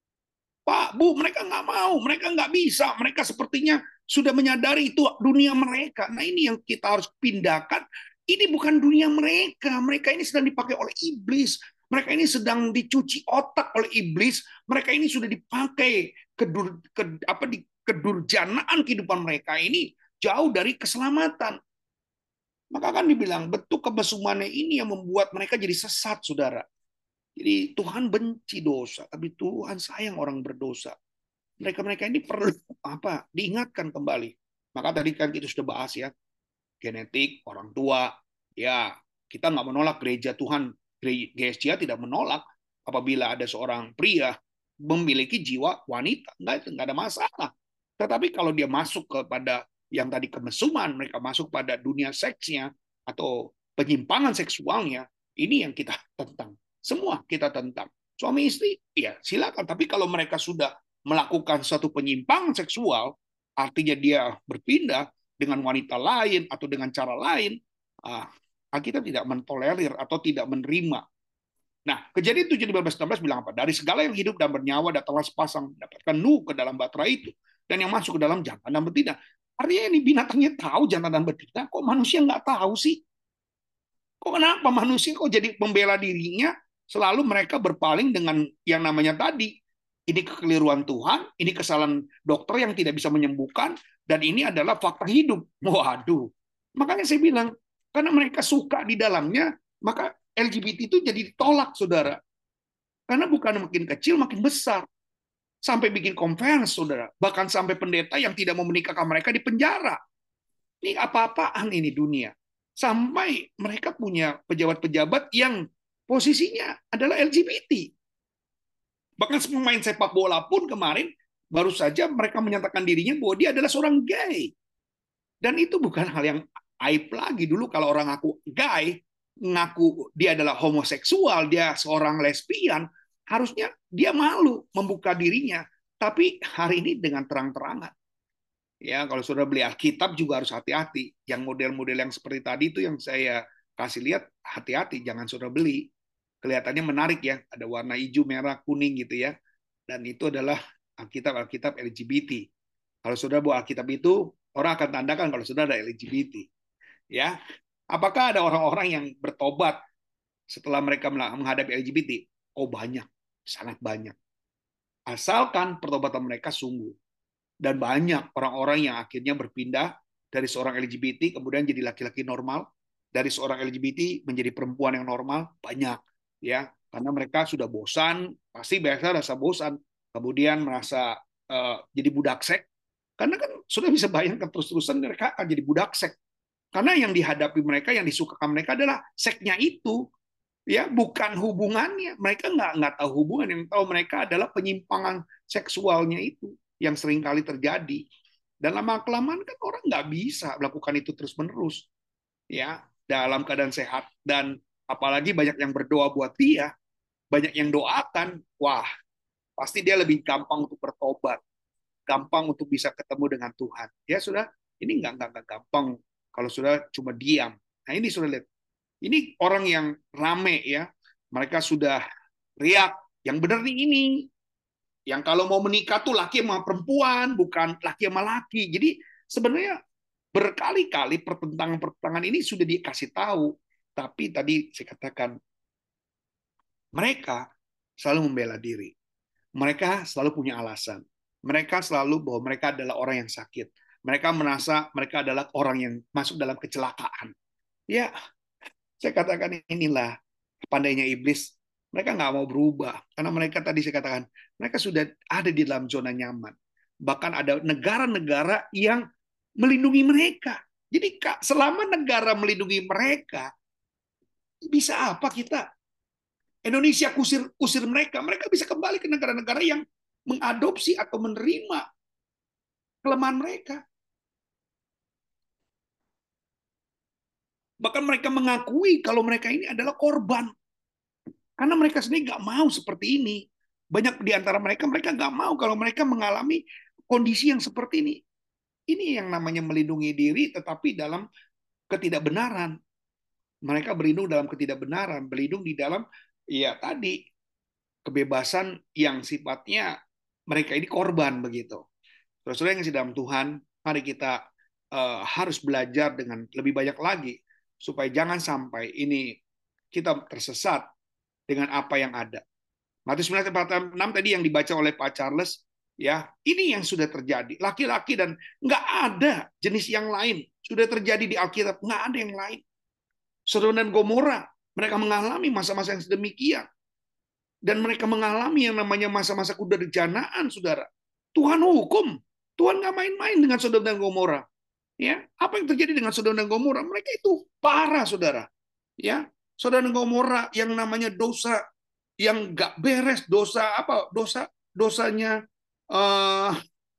Speaker 1: Pak, Bu, mereka nggak mau, mereka nggak bisa, mereka sepertinya sudah menyadari itu dunia mereka. Nah, ini yang kita harus pindahkan. Ini bukan dunia mereka, mereka ini sedang dipakai oleh iblis. Mereka ini sedang dicuci otak oleh iblis. Mereka ini sudah dipakai kedur, ke, apa, di kedurjanaan kehidupan mereka ini jauh dari keselamatan. Maka kan dibilang bentuk kemesumannya ini yang membuat mereka jadi sesat, saudara. Jadi Tuhan benci dosa, tapi Tuhan sayang orang berdosa. Mereka-mereka ini perlu apa? Diingatkan kembali. Maka tadi kan kita sudah bahas ya, genetik, orang tua. Ya, kita nggak menolak gereja Tuhan. G S C A tidak menolak apabila ada seorang pria memiliki jiwa wanita. Nggak, nggak ada masalah. Tetapi kalau dia masuk kepada yang tadi kemesuman, mereka masuk pada dunia seksnya atau penyimpangan seksualnya, ini yang kita tentang. Semua kita tentang. Suami istri, ya silakan. Tapi kalau mereka sudah melakukan suatu penyimpangan seksual, artinya dia berpindah dengan wanita lain atau dengan cara lain, ah, kita tidak mentolerir atau tidak menerima. Nah, Kejadian tujuh belas enam belas bilang apa? Dari segala yang hidup dan bernyawa datanglah sepasang mendapatkan Nuh ke dalam bahtera itu, dan yang masuk ke dalam jantan dan betina. Artinya ini binatangnya tahu jantan dan betina, kok manusia nggak tahu sih? Kok kenapa manusia kok jadi membela dirinya? Selalu mereka berpaling dengan yang namanya tadi. Ini kekeliruan Tuhan, ini kesalahan dokter yang tidak bisa menyembuhkan, dan ini adalah fakta hidup. Waduh. Makanya saya bilang, karena mereka suka di dalamnya, maka L G B T itu jadi ditolak, saudara. Karena bukan makin kecil, makin besar. Sampai bikin conference, saudara. Bahkan sampai pendeta yang tidak mau menikahkan mereka di penjara. Ini apa-apaan ini dunia. Sampai mereka punya pejabat-pejabat yang posisinya adalah L G B T. Bahkan pemain sepak bola pun kemarin, baru saja mereka menyatakan dirinya bahwa dia adalah seorang gay. Dan itu bukan hal yang aib lagi. Dulu kalau orang ngaku gay, ngaku dia adalah homoseksual, dia seorang lesbian, harusnya dia malu membuka dirinya. Tapi hari ini dengan terang-terangan. Ya, kalau sudah beli Alkitab juga harus hati-hati. Yang model-model yang seperti tadi itu yang saya kasih lihat, hati-hati, jangan sudah beli. Kelihatannya menarik ya, ada warna hijau, merah, kuning gitu ya. Dan itu adalah Alkitab-Alkitab L G B T. Kalau saudara bawa Alkitab itu, orang akan tandakan kalau saudara ada L G B T. Ya, apakah ada orang-orang yang bertobat setelah mereka menghadapi L G B T? Oh banyak, sangat banyak. Asalkan pertobatan mereka sungguh. Dan banyak orang-orang yang akhirnya berpindah dari seorang L G B T kemudian jadi laki-laki normal, dari seorang L G B T menjadi perempuan yang normal, banyak. Ya, karena mereka sudah bosan, pasti biasa rasa bosan, kemudian merasa uh, jadi budak seks. Karena kan sudah bisa bayangkan terus-terusan mereka akan jadi budak seks. Karena yang dihadapi mereka, yang disukakan mereka adalah seksnya itu, ya bukan hubungannya. Mereka nggak nggak tahu hubungan, yang tahu mereka adalah penyimpangan seksualnya itu yang sering kali terjadi. Dan lama kelamaan kan orang nggak bisa melakukan itu terus menerus, ya dalam keadaan sehat. Dan apalagi banyak yang berdoa buat dia, banyak yang doakan, wah pasti dia lebih gampang untuk bertobat, gampang untuk bisa ketemu dengan Tuhan. Ya sudah, ini nggak nggak nggak gampang kalau sudah cuma diam. Nah ini sudah lihat, ini orang yang rame ya, mereka sudah riak, yang benar nih ini, yang kalau mau menikah tuh laki sama perempuan, bukan laki sama laki. Jadi sebenarnya berkali-kali pertentangan-pertentangan ini sudah dikasih tahu, tapi tadi saya katakan mereka selalu membela diri, mereka selalu punya alasan. Mereka selalu bahwa mereka adalah orang yang sakit. Mereka merasa mereka adalah orang yang masuk dalam kecelakaan. Ya, saya katakan inilah pandainya iblis. Mereka nggak mau berubah. Karena mereka tadi saya katakan, mereka sudah ada di dalam zona nyaman. Bahkan ada negara-negara yang melindungi mereka. Jadi selama negara melindungi mereka, bisa apa kita? Indonesia kusir, kusir mereka. Mereka bisa kembali ke negara-negara yang mengadopsi atau menerima kelemahan mereka. Bahkan mereka mengakui kalau mereka ini adalah korban. Karena mereka sendiri nggak mau seperti ini. Banyak di antara mereka, mereka nggak mau kalau mereka mengalami kondisi yang seperti ini. Ini yang namanya melindungi diri, tetapi dalam ketidakbenaran. Mereka berlindung dalam ketidakbenaran, berlindung di dalam, ya tadi, kebebasan yang sifatnya mereka ini korban begitu. Saudara yang dalam Tuhan, mari kita uh, harus belajar dengan lebih banyak lagi supaya jangan sampai ini kita tersesat dengan apa yang ada. Matius sembilan ayat enam tadi yang dibaca oleh Pak Charles, ya ini yang sudah terjadi. Laki-laki dan nggak ada jenis yang lain sudah terjadi di Alkitab, nggak ada yang lain. Sodom dan Gomora, mereka mengalami masa-masa yang sedemikian. Dan mereka mengalami yang namanya masa-masa kederjanaan, saudara. Tuhan hukum. Tuhan nggak main-main dengan Sodom dan Gomora. Ya, apa yang terjadi dengan Sodom dan Gomora? Mereka itu parah, saudara. Ya, Sodom dan Gomora yang namanya dosa yang nggak beres, dosa apa? Dosa dosanya uh,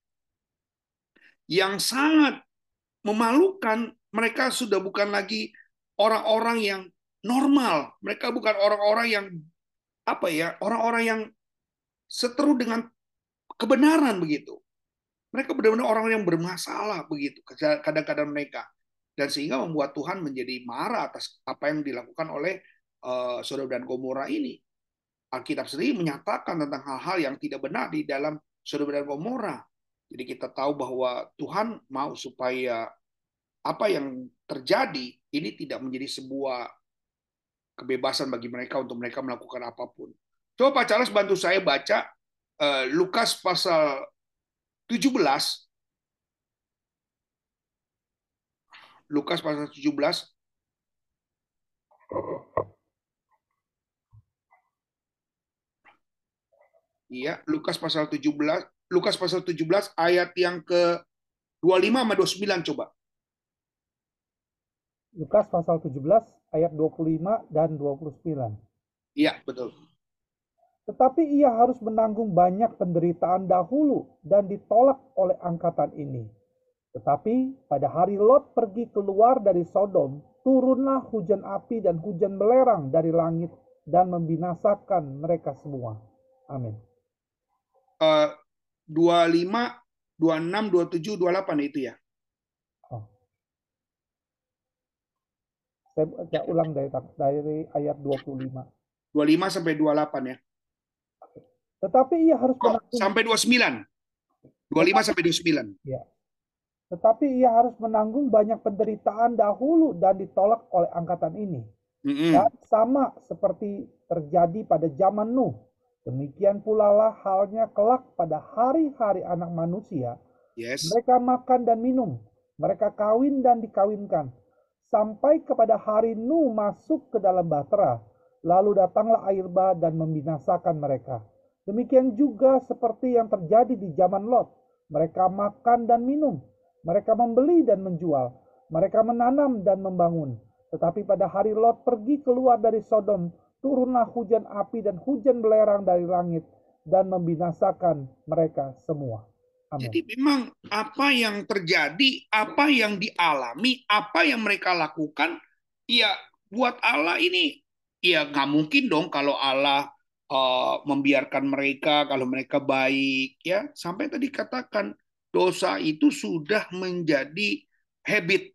Speaker 1: yang sangat memalukan. Mereka sudah bukan lagi orang-orang yang normal. Mereka bukan orang-orang yang apa ya, orang-orang yang seteru dengan kebenaran begitu. Mereka benar-benar orang yang bermasalah begitu kadang-kadang mereka, dan sehingga membuat Tuhan menjadi marah atas apa yang dilakukan oleh uh, Sodom dan Gomora ini. Alkitab sendiri menyatakan tentang hal-hal yang tidak benar di dalam Sodom dan Gomora. Jadi kita tahu bahwa Tuhan mau supaya apa yang terjadi ini tidak menjadi sebuah kebebasan bagi mereka untuk mereka melakukan apapun. Coba Pak Charles bantu saya baca uh, Lukas pasal tujuh belas. Lukas pasal tujuh belas. Iya, Lukas pasal tujuh belas. Lukas pasal tujuh belas ayat yang ke dua puluh lima sama dua puluh sembilan coba.
Speaker 3: Lukas pasal tujuh belas ayat dua puluh lima dan dua puluh sembilan.
Speaker 1: Iya, betul.
Speaker 3: Tetapi ia harus menanggung banyak penderitaan dahulu dan ditolak oleh angkatan ini. Tetapi pada hari Lot pergi keluar dari Sodom, turunlah hujan api dan hujan belerang dari langit dan membinasakan mereka semua. Amin.
Speaker 1: Uh, dua puluh lima, dua puluh enam, dua puluh tujuh, dua puluh delapan itu ya?
Speaker 3: Oh. Saya baca ulang dari, dari ayat dua puluh lima.
Speaker 1: dua puluh lima sampai dua puluh delapan ya.
Speaker 3: Tetapi ia harus
Speaker 1: oh, sampai dua puluh sembilan. dua puluh lima sampai dua puluh sembilan.
Speaker 3: Ya. Tetapi ia harus menanggung banyak penderitaan dahulu dan ditolak oleh angkatan ini.
Speaker 1: Mm-mm.
Speaker 3: Dan sama seperti terjadi pada zaman Nuh, demikian pula lah halnya kelak pada hari-hari anak manusia.
Speaker 1: Yes.
Speaker 3: Mereka makan dan minum, mereka kawin dan dikawinkan, sampai kepada hari Nuh masuk ke dalam bahtera, lalu datanglah air bah dan membinasakan mereka. Demikian juga seperti yang terjadi di zaman Lot. Mereka makan dan minum, mereka membeli dan menjual, mereka menanam dan membangun. Tetapi pada hari Lot pergi keluar dari Sodom, turunlah hujan api dan hujan belerang dari langit dan membinasakan mereka semua. Amin.
Speaker 1: Jadi memang apa yang terjadi, apa yang dialami, apa yang mereka lakukan, ya buat Allah ini, ya nggak mungkin dong kalau Allah uh, membiarkan mereka, kalau mereka baik, ya sampai tadi katakan dosa itu sudah menjadi habit,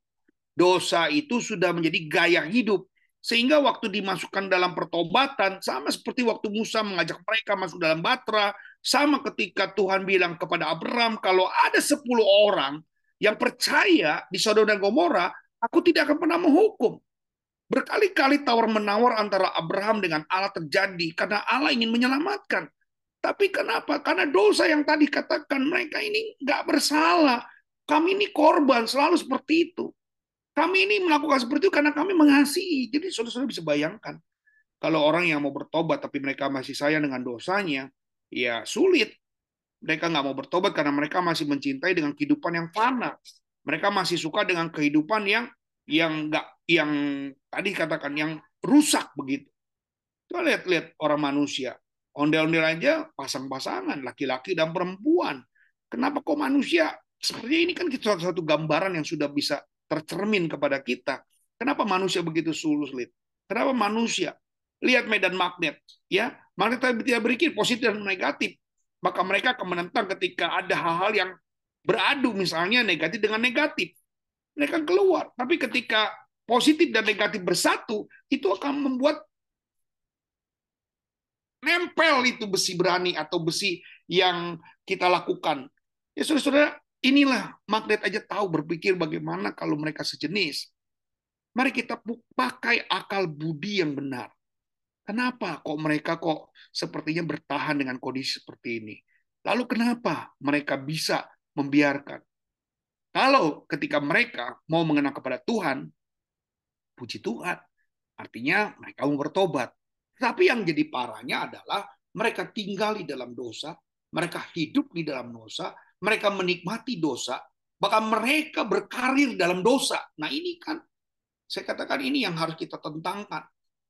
Speaker 1: dosa itu sudah menjadi gaya hidup, sehingga waktu dimasukkan dalam pertobatan sama seperti waktu Musa mengajak mereka masuk dalam bahtera. Sama ketika Tuhan bilang kepada Abraham, kalau ada sepuluh orang yang percaya di Sodom dan Gomora, aku tidak akan pernah menghukum. Berkali-kali tawar-menawar antara Abraham dengan Allah terjadi, karena Allah ingin menyelamatkan. Tapi kenapa? Karena dosa yang tadi katakan, mereka ini nggak bersalah. Kami ini korban, selalu seperti itu. Kami ini melakukan seperti itu karena kami mengasihi. Jadi saudara-saudara bisa bayangkan, kalau orang yang mau bertobat, tapi mereka masih sayang dengan dosanya, ya sulit. Mereka nggak mau bertobat karena mereka masih mencintai dengan kehidupan yang fana. Mereka masih suka dengan kehidupan yang yang nggak yang tadi katakan yang rusak begitu. Coba lihat-lihat orang manusia, ondel-ondel aja pasang-pasangan laki-laki dan perempuan. Kenapa kok manusia seperti ini? Kan satu-satu gambaran yang sudah bisa tercermin kepada kita. Kenapa manusia begitu sulit? Kenapa manusia? Lihat medan magnet, ya. Magnet tidak berpikir positif dan negatif. Maka mereka akan menentang ketika ada hal-hal yang beradu, misalnya negatif dengan negatif. Mereka keluar. Tapi ketika positif dan negatif bersatu, itu akan membuat nempel itu besi berani atau besi yang kita lakukan. Ya saudara-saudara, inilah magnet aja tahu berpikir bagaimana kalau mereka sejenis. Mari kita pakai akal budi yang benar. Kenapa kok mereka kok sepertinya bertahan dengan kondisi seperti ini? Lalu kenapa mereka bisa membiarkan? Kalau ketika mereka mau mengenal kepada Tuhan, puji Tuhan, artinya mereka mau bertobat. Tapi yang jadi parahnya adalah mereka tinggal di dalam dosa, mereka hidup di dalam dosa, mereka menikmati dosa, bahkan mereka berkarir dalam dosa. Nah ini kan, saya katakan ini yang harus kita tentangkan.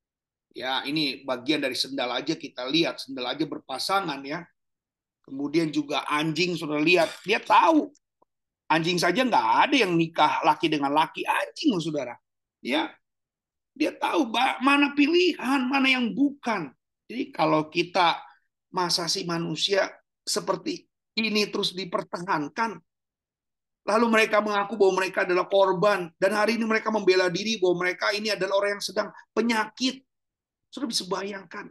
Speaker 1: Ya, ini bagian dari sendal aja kita lihat, sendal aja berpasangan ya. Kemudian juga anjing, saudara lihat, dia tahu. Anjing saja nggak ada yang nikah laki dengan laki, anjing saudara. Ya, dia tahu mana pilihan, mana yang bukan. Jadi kalau kita masa si manusia seperti ini terus dipertahankan, lalu mereka mengaku bahwa mereka adalah korban, dan hari ini mereka membela diri bahwa mereka ini adalah orang yang sedang penyakit. Sudah bisa bayangkan.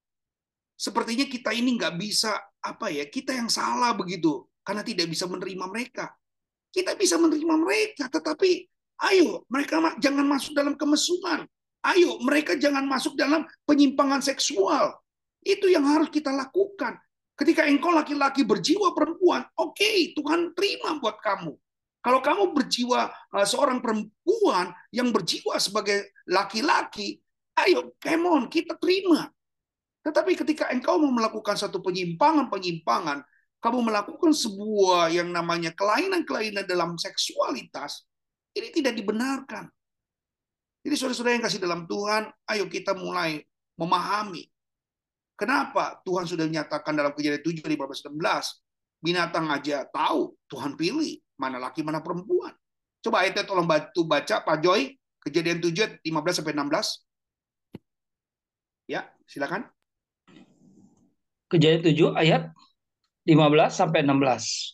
Speaker 1: Sepertinya kita ini nggak bisa, apa ya, kita yang salah begitu, karena tidak bisa menerima mereka. Kita bisa menerima mereka, tetapi ayo, mereka jangan masuk dalam kemesuman. Ayo, mereka jangan masuk dalam penyimpangan seksual. Itu yang harus kita lakukan. Ketika engkau laki-laki berjiwa perempuan, oke, okay, Tuhan terima buat kamu. Kalau kamu berjiwa seorang perempuan yang berjiwa sebagai laki-laki, ayo, come on, kita terima. Tetapi ketika engkau mau melakukan satu penyimpangan-penyimpangan, kamu melakukan sebuah yang namanya kelainan-kelainan dalam seksualitas, ini tidak dibenarkan. Jadi saudara-saudara yang kasih dalam Tuhan, ayo kita mulai memahami. Kenapa Tuhan sudah menyatakan dalam Kejadian tujuh, lima belas, enam belas, binatang aja tahu Tuhan pilih mana laki mana perempuan. Coba ayatnya tolong bantu baca Pak Joy, Kejadian tujuh, lima belas sampai enam belas. Ya, silakan.
Speaker 2: Kejadian tujuh ayat lima belas sampai enam belas.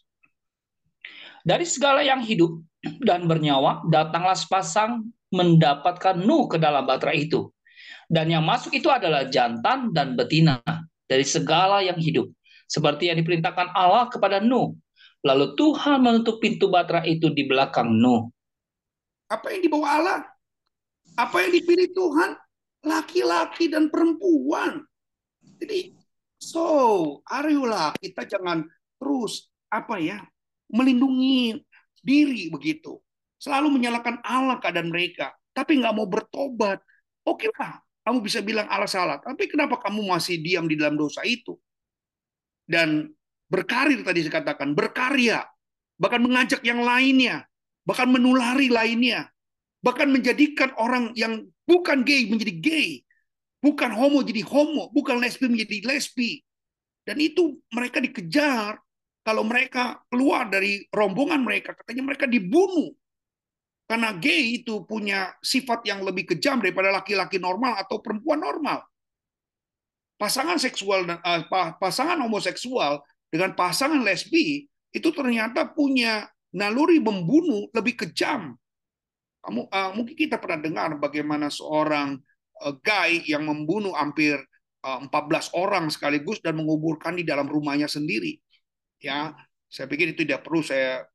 Speaker 2: Dari segala yang hidup dan bernyawa, datanglah sepasang mendapatkan Nuh ke dalam bahtera itu. Dan yang masuk itu adalah jantan dan betina dari segala yang hidup, seperti yang diperintahkan Allah kepada Nuh. Lalu Tuhan menutup pintu Batra itu di belakang Nuh.
Speaker 1: Apa yang dibawa Allah? Apa yang dipilih Tuhan? Laki-laki dan perempuan. Jadi, so, ayolah kita jangan terus apa ya melindungi diri begitu. Selalu menyalahkan Allah keadaan mereka, tapi nggak mau bertobat. Oke lah, kamu bisa bilang Allah salah, tapi kenapa kamu masih diam di dalam dosa itu? Dan berkarir tadi saya katakan, berkarya, bahkan mengajak yang lainnya, bahkan menulari lainnya, bahkan menjadikan orang yang bukan gay menjadi gay, bukan homo jadi homo, bukan lesbi menjadi lesbi. Dan itu mereka dikejar. Kalau mereka keluar dari rombongan mereka, katanya mereka dibunuh. Karena gay itu punya sifat yang lebih kejam daripada laki-laki normal atau perempuan normal. Pasangan seksual dan uh, pasangan homoseksual dengan pasangan lesbi itu ternyata punya naluri membunuh lebih kejam. Kamu uh, mungkin kita pernah dengar bagaimana seorang uh, guy yang membunuh hampir uh, empat belas orang sekaligus dan menguburkan di dalam rumahnya sendiri. Ya, saya pikir itu tidak perlu saya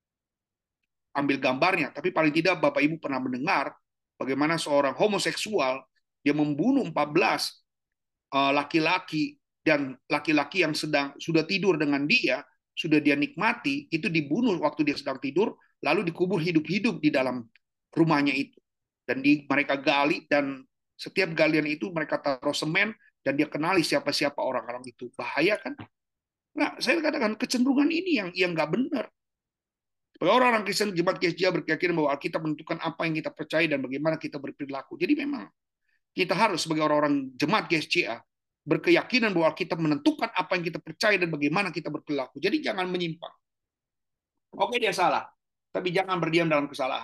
Speaker 1: ambil gambarnya, tapi paling tidak Bapak Ibu pernah mendengar bagaimana seorang homoseksual dia membunuh empat belas uh, laki-laki dan laki-laki yang sedang sudah tidur dengan dia, sudah dia nikmati, itu dibunuh waktu dia sedang tidur, lalu dikubur hidup-hidup di dalam rumahnya itu. Dan di, mereka gali, dan setiap galian itu mereka taruh semen, dan dia kenali siapa-siapa orang-orang itu. Bahaya kan? Nah, saya katakan kecenderungan ini yang yang nggak benar. Orang-orang Kristen jemaat G S J A berkeyakinan bahwa Alkitab menentukan apa yang kita percaya dan bagaimana kita berperilaku. Jadi memang kita harus sebagai orang-orang jemaat G S J A berkeyakinan bahwa Alkitab menentukan apa yang kita percaya dan bagaimana kita berperilaku. Jadi jangan menyimpang. Oke, dia salah, tapi jangan berdiam dalam kesalahan.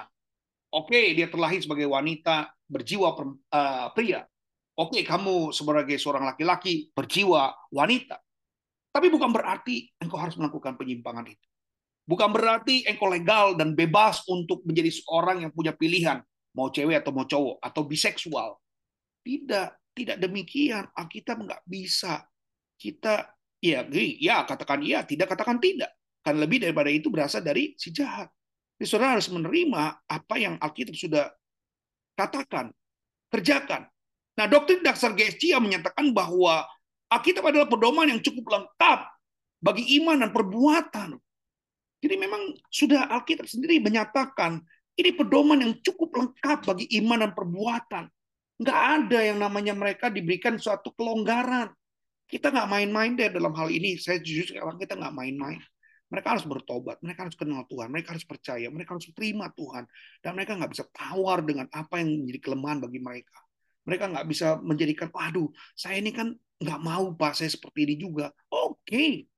Speaker 1: Oke, dia terlahir sebagai wanita berjiwa uh, pria. Oke, kamu sebagai seorang laki-laki berjiwa wanita. Tapi bukan berarti engkau harus melakukan penyimpangan itu. Bukan berarti engkau legal dan bebas untuk menjadi seorang yang punya pilihan, mau cewek atau mau cowok, atau biseksual. Tidak, tidak demikian. Alkitab nggak bisa. Kita, ya, ya katakan iya, tidak katakan tidak. Kan lebih daripada itu berasal dari si jahat. Jadi saudara harus menerima apa yang Alkitab sudah katakan, kerjakan. Nah, doktrin dasar G S J A menyatakan bahwa Alkitab adalah pedoman yang cukup lengkap bagi iman dan perbuatan. Jadi memang sudah Alkitab sendiri menyatakan ini pedoman yang cukup lengkap bagi iman dan perbuatan. Nggak ada yang namanya mereka diberikan suatu kelonggaran. Kita nggak main-main deh dalam hal ini. Saya jujur sekarang kita nggak main-main. Mereka harus bertobat, mereka harus kenal Tuhan, mereka harus percaya, mereka harus terima Tuhan. Dan mereka nggak bisa tawar dengan apa yang menjadi kelemahan bagi mereka. Mereka nggak bisa menjadikan, waduh, saya ini kan nggak mau Pak, saya seperti ini juga. Oke.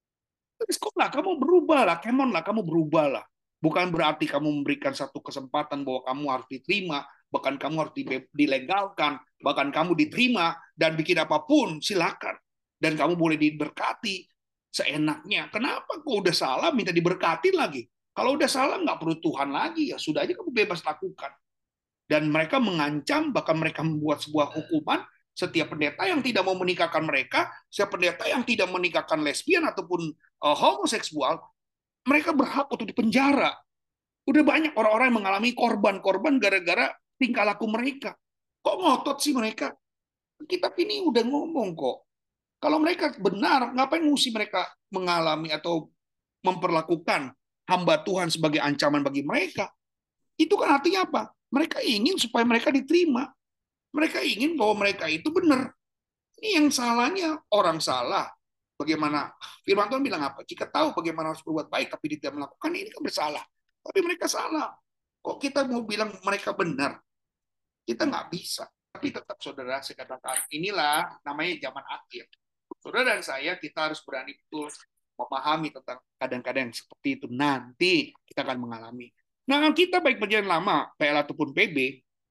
Speaker 1: Sekolah, kamu berubahlah, come on lah, kamu berubahlah. Bukan berarti kamu memberikan satu kesempatan bahwa kamu harus diterima, bahkan kamu harus dilegalkan, bahkan kamu diterima dan bikin apapun, silakan. Dan kamu boleh diberkati seenaknya. Kenapa? Kok udah salah minta diberkati lagi? Kalau udah salah nggak perlu Tuhan lagi, ya sudah aja kamu bebas lakukan. Dan mereka mengancam, bahkan mereka membuat sebuah hukuman, setiap pendeta yang tidak mau menikahkan mereka, setiap pendeta yang tidak menikahkan lesbian ataupun uh, homoseksual, mereka berhak untuk dipenjara. Udah banyak orang-orang yang mengalami korban-korban gara-gara tingkah laku mereka. Kok ngotot sih mereka? Kitab ini udah ngomong kok. Kalau mereka benar, ngapain mesti mereka mengalami atau memperlakukan hamba Tuhan sebagai ancaman bagi mereka? Itu kan artinya apa? Mereka ingin supaya mereka diterima. Mereka ingin bahwa mereka itu benar. Ini yang salahnya orang salah. Bagaimana firman Tuhan bilang apa? Jika tahu bagaimana harus berbuat baik tapi tidak melakukan, ini kan bersalah. Tapi mereka salah. Kok kita mau bilang mereka benar? Kita nggak bisa. Tapi tetap saudara, saya katakan inilah namanya zaman akhir. Saudara dan saya kita harus berani betul memahami tentang keadaan-keadaan seperti itu. Nanti kita akan mengalami. Nah, kita baik perjanjian lama, P L ataupun P B,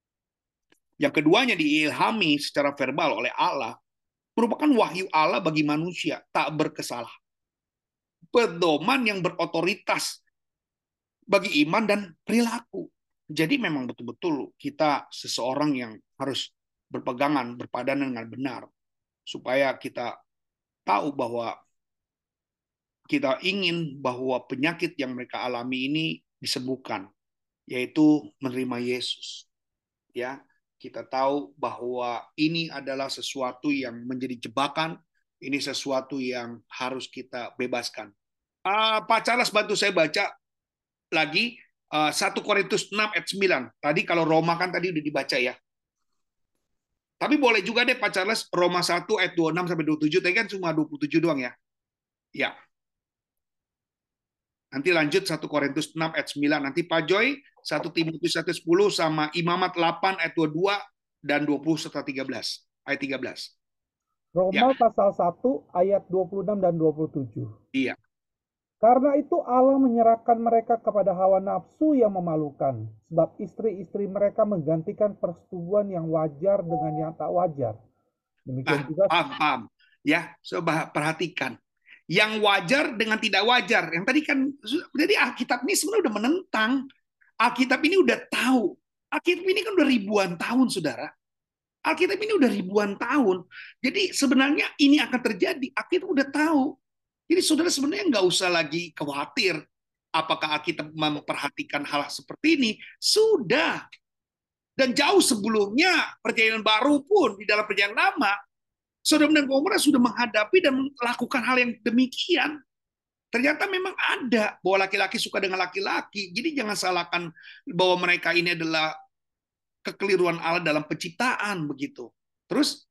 Speaker 1: yang keduanya diilhami secara verbal oleh Allah, merupakan wahyu Allah bagi manusia, tak berkesalah. Pedoman yang berotoritas bagi iman dan perilaku. Jadi memang betul-betul kita seseorang yang harus berpegangan, berpadanan dengan benar. Supaya kita tahu bahwa kita ingin bahwa penyakit yang mereka alami ini disembuhkan, yaitu menerima Yesus. Ya, kita tahu bahwa ini adalah sesuatu yang menjadi jebakan, ini sesuatu yang harus kita bebaskan. Uh, Pak Charles bantu saya baca lagi uh, satu Korintus enam ayat sembilan. Tadi kalau Roma kan tadi udah dibaca ya. Tapi boleh juga deh Pak Charles Roma satu ayat dua puluh enam sampai dua puluh tujuh, tadi kan cuma dua puluh tujuh doang ya. Ya. Nanti lanjut satu Korintus enam ayat sembilan. Nanti Pak Joy satu Timotius satu ayat sepuluh sama Imamat delapan ayat dua puluh dua dan dua puluh serta tiga belas. Ayat tiga belas.
Speaker 3: Roma
Speaker 1: Ya.
Speaker 3: pasal satu ayat dua puluh enam dan dua puluh tujuh.
Speaker 1: Iya.
Speaker 3: Karena itu Allah menyerahkan mereka kepada hawa nafsu yang memalukan, sebab istri-istri mereka menggantikan persetubuhan yang wajar dengan yang tak wajar. Demikian
Speaker 1: Nah,
Speaker 3: juga
Speaker 1: paham, paham. Ya, coba perhatikan. Yang wajar dengan tidak wajar. Yang tadi kan, jadi Alkitab ini sebenarnya udah menentang. Alkitab ini udah tahu. Alkitab ini kan udah ribuan tahun, saudara. Alkitab ini udah ribuan tahun. Jadi sebenarnya ini akan terjadi. Alkitab udah tahu. Jadi saudara sebenarnya nggak usah lagi khawatir apakah Alkitab memperhatikan hal seperti ini. Sudah. Dan jauh sebelumnya perjanjian baru pun di dalam perjanjian lama, Sodom dan Gomora sudah menghadapi dan melakukan hal yang demikian. Ternyata memang ada bahwa laki-laki suka dengan laki-laki. Jadi jangan salahkan bahwa mereka ini adalah kekeliruan Allah dalam penciptaan begitu. Terus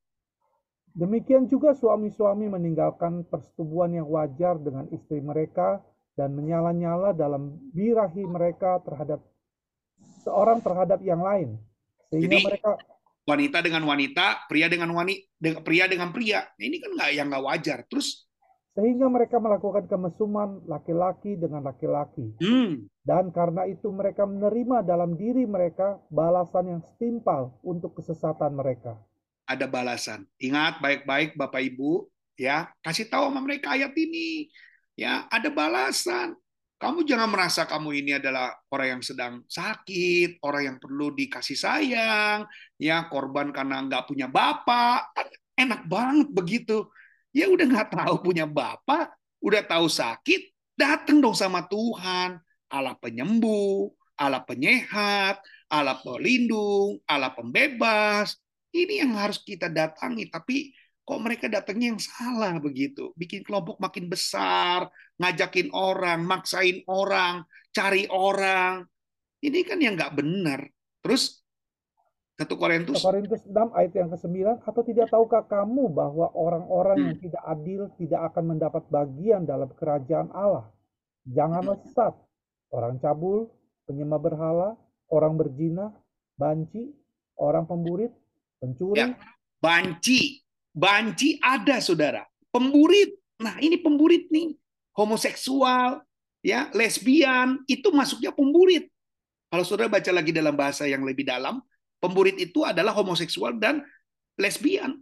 Speaker 3: demikian juga suami-suami meninggalkan persetubuhan yang wajar dengan istri mereka dan menyala-nyala dalam birahi mereka terhadap seorang terhadap yang lain. Sehingga
Speaker 1: Jadi,
Speaker 3: mereka
Speaker 1: wanita dengan wanita, pria dengan wanita, pria dengan pria. Nah, ini kan nggak yang nggak wajar. Terus
Speaker 3: sehingga mereka melakukan kemesuman laki-laki dengan laki-laki.
Speaker 1: hmm,
Speaker 3: Dan karena itu mereka menerima dalam diri mereka balasan yang setimpal untuk kesesatan mereka.
Speaker 1: ada balasan. Ingat baik-baik Bapak Ibu, ya, kasih tahu sama mereka ayat ini. Ya, ada balasan. Kamu jangan merasa kamu ini adalah orang yang sedang sakit, orang yang perlu dikasih sayang, ya, korban karena nggak punya bapak. Kan enak banget begitu. Ya udah nggak tahu punya bapak, udah tahu sakit, datang dong sama Tuhan. Allah penyembuh, Allah penyehat, Allah pelindung, Allah pembebas. Ini yang harus kita datangi, tapi kok mereka datangnya yang salah begitu. Bikin kelompok makin besar, ngajakin orang, maksain orang, cari orang. Ini kan yang nggak benar. Terus satu Korintus
Speaker 3: Korintus enam ayat yang kesembilan, atau tidak tahukah kamu bahwa orang-orang yang tidak adil tidak akan mendapat bagian dalam kerajaan Allah? Janganlah sesat. Orang cabul, penyembah berhala, orang berzina, banci, orang pemburit, pencuri.
Speaker 1: Ya, banci, banci ada saudara. Pemburit, nah ini pemburit nih, homoseksual, ya, lesbian, itu masuknya pemburit. Kalau saudara baca lagi dalam bahasa yang lebih dalam, pemburit itu adalah homoseksual dan lesbian.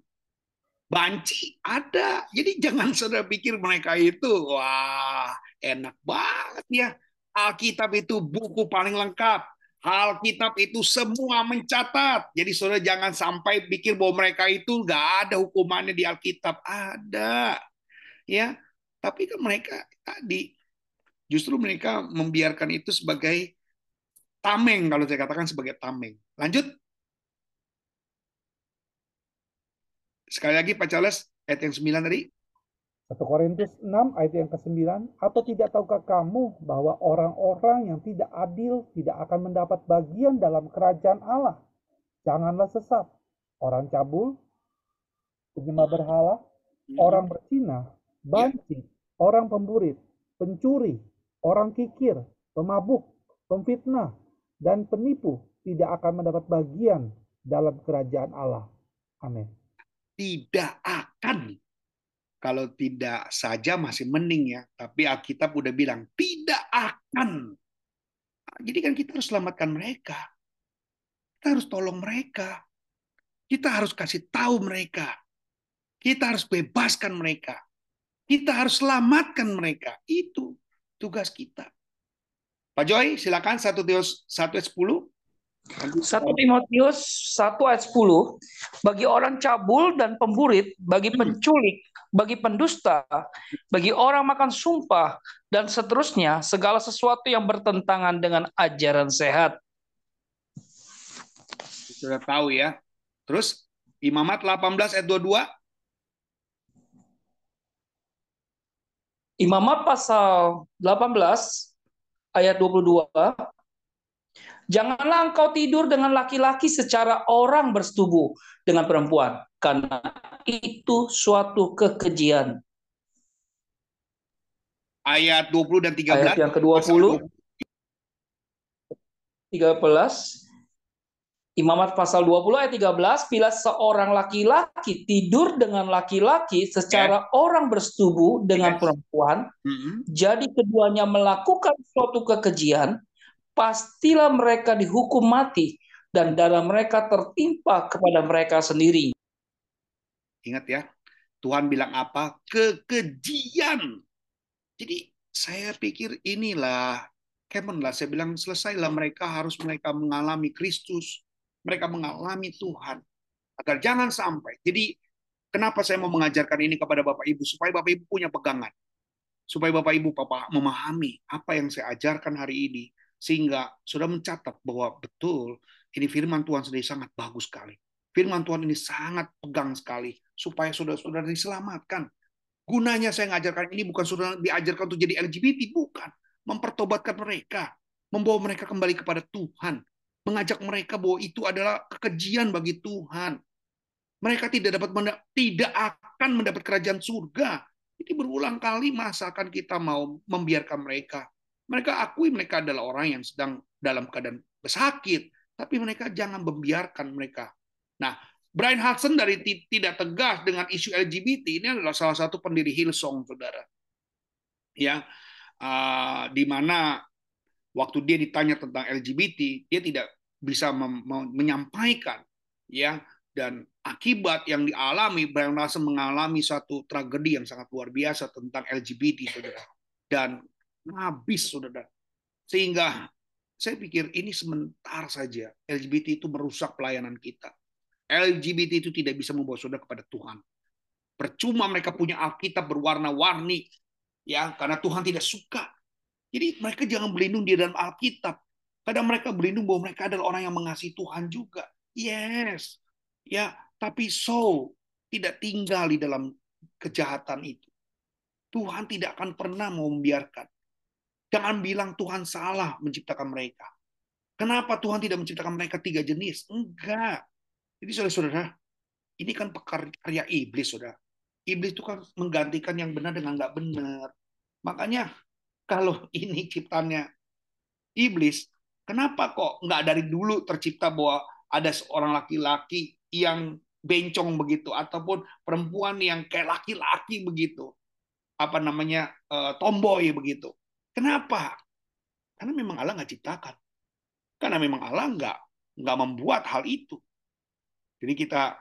Speaker 1: Banci ada. Jadi jangan saudara pikir mereka itu, wah enak banget ya. Alkitab itu buku paling lengkap. Alkitab itu semua mencatat. Jadi saudara jangan sampai pikir bahwa mereka itu nggak ada hukumannya di Alkitab. Ada. Ya, tapi kan mereka tadi justru mereka membiarkan itu sebagai tameng, kalau saya katakan sebagai tameng. Lanjut. Sekali lagi Pak Charles, ayat yang sembilan tadi.
Speaker 3: satu Korintus enam ayat yang kesembilan, atau tidak tahukah kamu bahwa orang-orang yang tidak adil tidak akan mendapat bagian dalam kerajaan Allah? Janganlah sesat. Orang cabul, penyembah berhala, orang berzina, banci, orang pemburit, pencuri, orang kikir, pemabuk, pemfitnah, dan penipu tidak akan mendapat bagian dalam kerajaan Allah. Amin.
Speaker 1: Tidak akan. Kalau tidak saja masih mending ya. Tapi Alkitab udah bilang, tidak akan. Jadi kan kita harus selamatkan mereka. Kita harus tolong mereka. Kita harus kasih tahu mereka. Kita harus bebaskan mereka. Kita harus selamatkan mereka. Itu tugas kita. Pak Joy, silakan satu Timotius satu ayat sepuluh.
Speaker 2: satu Timotius satu ayat sepuluh, bagi orang cabul dan pemburit, bagi penculik, bagi pendusta, bagi orang makan sumpah, dan seterusnya, segala sesuatu yang bertentangan dengan ajaran sehat.
Speaker 1: Sudah tahu ya. Terus Imamat delapan belas ayat dua puluh dua.
Speaker 2: Imamat pasal delapan belas ayat dua puluh dua. Janganlah engkau tidur dengan laki-laki secara orang bersetubuh dengan perempuan, karena itu suatu kekejian.
Speaker 1: Ayat dua puluh dan tiga belas.
Speaker 2: Ayat yang ke-dua puluh, tiga belas. Imamat pasal dua puluh ayat tiga belas, bila seorang laki-laki tidur dengan laki-laki secara yes. orang bersetubuh dengan yes. perempuan, mm-hmm. jadi keduanya melakukan suatu kekejian, pastilah mereka dihukum mati dan darah mereka tertimpa kepada mereka sendiri.
Speaker 1: Ingat ya, Tuhan bilang apa? Kekejian. Jadi saya pikir inilah, Kemon lah, saya bilang selesailah mereka, harus mereka mengalami Kristus, mereka mengalami Tuhan, agar jangan sampai. Jadi kenapa saya mau mengajarkan ini kepada Bapak Ibu, supaya Bapak Ibu punya pegangan, supaya Bapak Ibu Papa memahami apa yang saya ajarkan hari ini, sehingga sudah mencatat bahwa betul ini firman Tuhan sudah sangat bagus sekali. Firman Tuhan ini sangat pegang sekali, supaya saudara-saudara diselamatkan. Gunanya saya mengajarkan ini bukan saudara diajarkan untuk jadi L G B T, bukan. Mempertobatkan mereka, membawa mereka kembali kepada Tuhan, mengajak mereka bahwa itu adalah kekejian bagi Tuhan. Mereka tidak dapat tidak akan mendapat kerajaan surga. Jadi berulang kali masakan kita mau membiarkan mereka. Mereka akui mereka adalah orang yang sedang dalam keadaan sakit, tapi mereka jangan membiarkan mereka. Nah, Brian Hudson dari tidak tegas dengan isu L G B T ini adalah salah satu pendiri Hillsong, saudara. Ya, uh, di mana waktu dia ditanya tentang L G B T, dia tidak bisa menyampaikan, ya. Dan akibat yang dialami, Brian Hudson mengalami satu tragedi yang sangat luar biasa tentang L G B T, saudara. Dan habis, saudara. Sehingga saya pikir ini sebentar saja. L G B T itu merusak pelayanan kita. L G B T itu tidak bisa membawa saudara kepada Tuhan. Percuma mereka punya Alkitab berwarna-warni, ya, karena Tuhan tidak suka. Jadi mereka jangan berlindung di dalam Alkitab. Kadang mereka berlindung bahwa mereka adalah orang yang mengasihi Tuhan juga. Yes, ya, tapi so tidak tinggal di dalam kejahatan itu. Tuhan tidak akan pernah mau membiarkan. Jangan bilang Tuhan salah menciptakan mereka. Kenapa Tuhan tidak menciptakan mereka tiga jenis? Enggak. Jadi saudara-saudara, ini kan karya iblis, saudara. Iblis itu kan menggantikan yang benar dengan nggak benar. Makanya kalau ini ciptaannya iblis, kenapa kok nggak dari dulu tercipta bahwa ada seorang laki-laki yang bencong begitu, ataupun perempuan yang kayak laki-laki begitu, apa namanya, tomboy begitu? Kenapa? Karena memang Allah nggak ciptakan. Karena memang Allah nggak nggak membuat hal itu. Jadi kita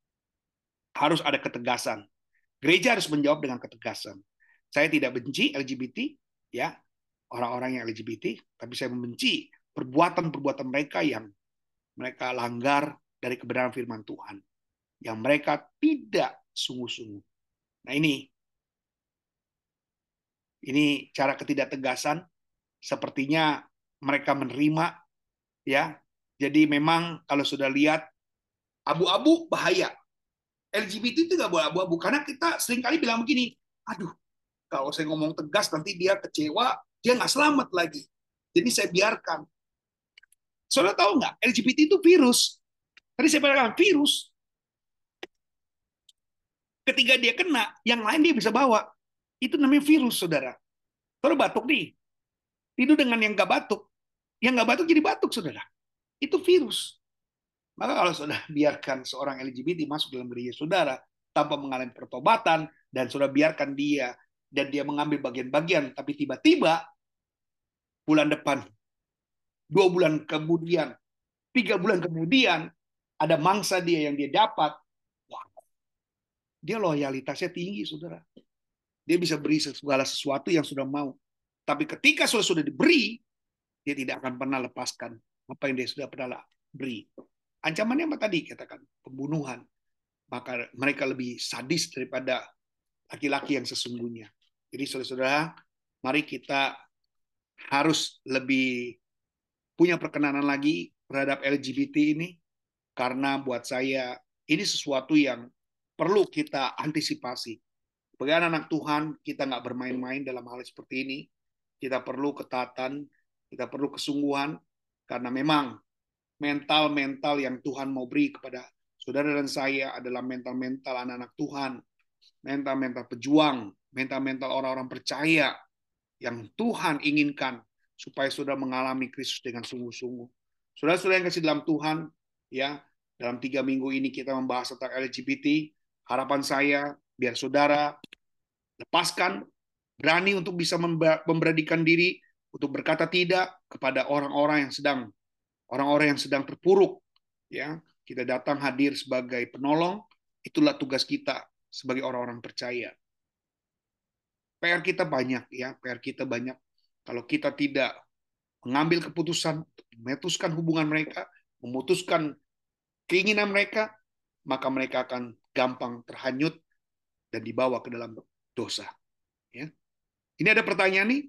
Speaker 1: harus ada ketegasan. Gereja harus menjawab dengan ketegasan. Saya tidak benci L G B T, ya, orang-orang yang L G B T, tapi saya membenci perbuatan-perbuatan mereka yang mereka langgar dari kebenaran firman Tuhan, yang mereka tidak sungguh-sungguh. Nah ini, ini cara ketidaktegasan. Sepertinya mereka menerima, ya. Jadi memang kalau sudah lihat abu-abu bahaya. L G B T itu nggak boleh abu-abu, karena kita seringkali bilang begini, aduh, kalau saya ngomong tegas nanti dia kecewa, dia nggak selamat lagi. Jadi saya biarkan. Saudara tahu nggak, L G B T itu virus. Tadi saya bilang virus. Ketika dia kena, yang lain dia bisa bawa. Itu namanya virus, saudara. Saudara batuk nih, tidur dengan yang nggak batuk, yang nggak batuk jadi batuk, saudara. Itu virus. Maka kalau saudara biarkan seorang L G B T masuk dalam gereja saudara tanpa mengalami pertobatan, dan saudara biarkan dia dan dia mengambil bagian-bagian, tapi tiba-tiba bulan depan, dua bulan kemudian, tiga bulan kemudian ada mangsa dia yang dia dapat, wah, dia loyalitasnya tinggi, saudara. Dia bisa beri segala sesuatu yang sudah mau. Tapi ketika sudah sudah diberi, dia tidak akan pernah lepaskan apa yang dia sudah pernah beri. Ancamannya apa tadi? Katakan pembunuhan. Maka mereka lebih sadis daripada laki-laki yang sesungguhnya. Jadi saudara-saudara, mari kita harus lebih punya perkenanan lagi terhadap L G B T ini, karena buat saya ini sesuatu yang perlu kita antisipasi. Sebagai anak Tuhan, kita nggak bermain-main dalam hal seperti ini. Kita perlu ketatan, kita perlu kesungguhan, karena memang mental-mental yang Tuhan mau beri kepada saudara dan saya adalah mental-mental anak-anak Tuhan, mental-mental pejuang, mental-mental orang-orang percaya yang Tuhan inginkan supaya saudara mengalami Kristus dengan sungguh-sungguh. Saudara-saudara yang kasih dalam Tuhan, ya, dalam tiga minggu ini kita membahas tentang L G B T. Harapan saya biar saudara lepaskan, berani untuk bisa memberanikan diri untuk berkata tidak kepada orang-orang yang sedang orang-orang yang sedang terpuruk. Ya, kita datang hadir sebagai penolong. Itulah tugas kita sebagai orang-orang percaya. P R kita banyak, ya, P R kita banyak. Kalau kita tidak mengambil keputusan, memutuskan hubungan mereka, memutuskan keinginan mereka, maka mereka akan gampang terhanyut dan dibawa ke dalam dosa. Ya. Ini ada pertanyaan nih.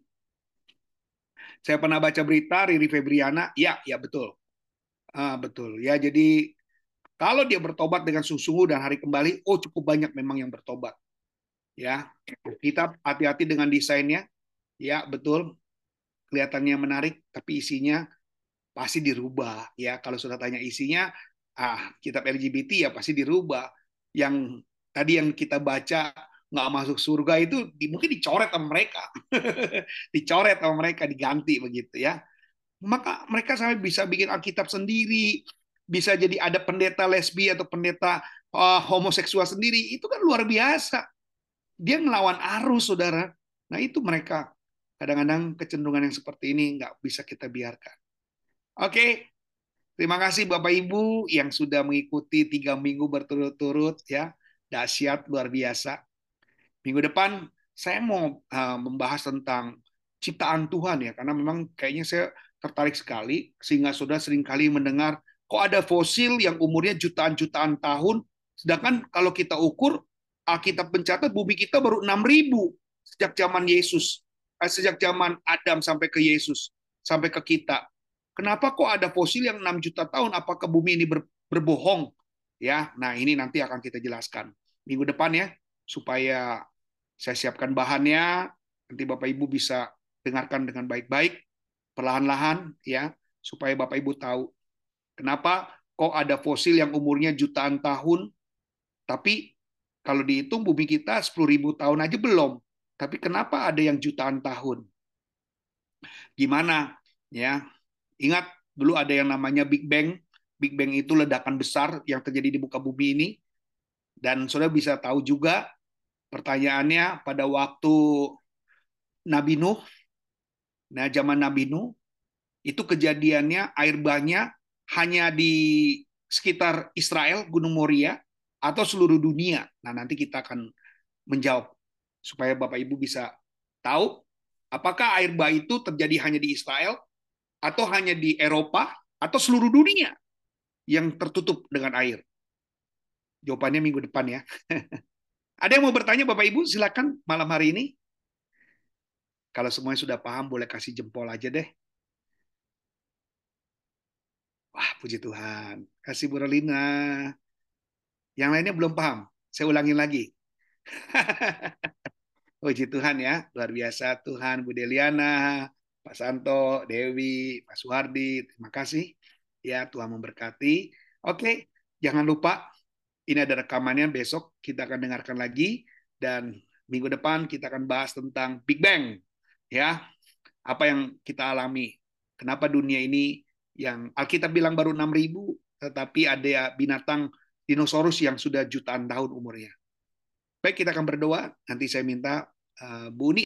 Speaker 1: Saya pernah baca berita Riri Febriana, ya, ya betul, ah, betul. Ya, jadi kalau dia bertobat dengan sungguh-sungguh dan hari kembali, oh cukup banyak memang yang bertobat. Ya, kita hati-hati dengan desainnya. Ya, betul. Kelihatannya menarik, tapi isinya pasti dirubah. Ya, kalau sudah tanya isinya, ah, kitab L G B T ya pasti dirubah. Yang tadi yang kita baca nggak masuk surga itu di, mungkin dicoret sama mereka, dicoret sama mereka, diganti begitu ya. Maka mereka sampai bisa bikin Alkitab sendiri, bisa jadi ada pendeta lesbi atau pendeta uh, homoseksual sendiri. Itu kan luar biasa. Dia ngelawan arus, saudara. Nah itu mereka. Kadang-kadang kecenderungan yang seperti ini nggak bisa kita biarkan. Oke, terima kasih Bapak Ibu yang sudah mengikuti tiga minggu berturut-turut ya, dahsyat luar biasa. Minggu depan saya mau uh, membahas tentang ciptaan Tuhan ya, karena memang kayaknya saya tertarik sekali sehingga saudara sering kali mendengar kok ada fosil yang umurnya jutaan-jutaan tahun, sedangkan kalau kita ukur Alkitab mencatat bumi kita baru enam ribu sejak zaman Yesus, eh, sejak zaman Adam sampai ke Yesus, sampai ke kita. Kenapa kok ada fosil yang enam juta tahun? Apakah bumi ini ber, berbohong? Ya, nah ini nanti akan kita jelaskan minggu depan ya, supaya saya siapkan bahannya, nanti Bapak Ibu bisa dengarkan dengan baik-baik, perlahan-lahan ya, supaya Bapak Ibu tahu kenapa kok ada fosil yang umurnya jutaan tahun, tapi kalau dihitung bumi kita sepuluh ribu tahun aja belum. Tapi kenapa ada yang jutaan tahun? Gimana? Ya, ingat dulu ada yang namanya Big Bang. Big Bang itu ledakan besar yang terjadi di muka bumi ini. Dan saudara bisa tahu juga pertanyaannya pada waktu Nabi Nuh, nah zaman Nabi Nuh, itu kejadiannya air bahnya hanya di sekitar Israel, Gunung Moria, atau seluruh dunia. Nah nanti kita akan menjawab supaya Bapak Ibu bisa tahu apakah air bah itu terjadi hanya di Israel, atau hanya di Eropa, atau seluruh dunia yang tertutup dengan air. Jawabannya minggu depan ya. Ada yang mau bertanya Bapak Ibu? Silakan malam hari ini. Kalau semuanya sudah paham, boleh kasih jempol aja deh. Wah, puji Tuhan. Kasih Bu Rolina. Yang lainnya belum paham. Saya ulangin lagi. Puji Tuhan ya. Luar biasa Tuhan. Bu Deliana, Pak Santo, Dewi, Pak Suhardi. Terima kasih. Ya, Tuhan memberkati. Oke, jangan lupa. Ini ada rekamannya, besok kita akan dengarkan lagi, dan minggu depan kita akan bahas tentang Big Bang. Ya, apa yang kita alami. Kenapa dunia ini yang Alkitab bilang baru enam ribu, tetapi ada binatang dinosaurus yang sudah jutaan tahun umurnya. Baik, kita akan berdoa. Nanti saya minta uh, Bu Uni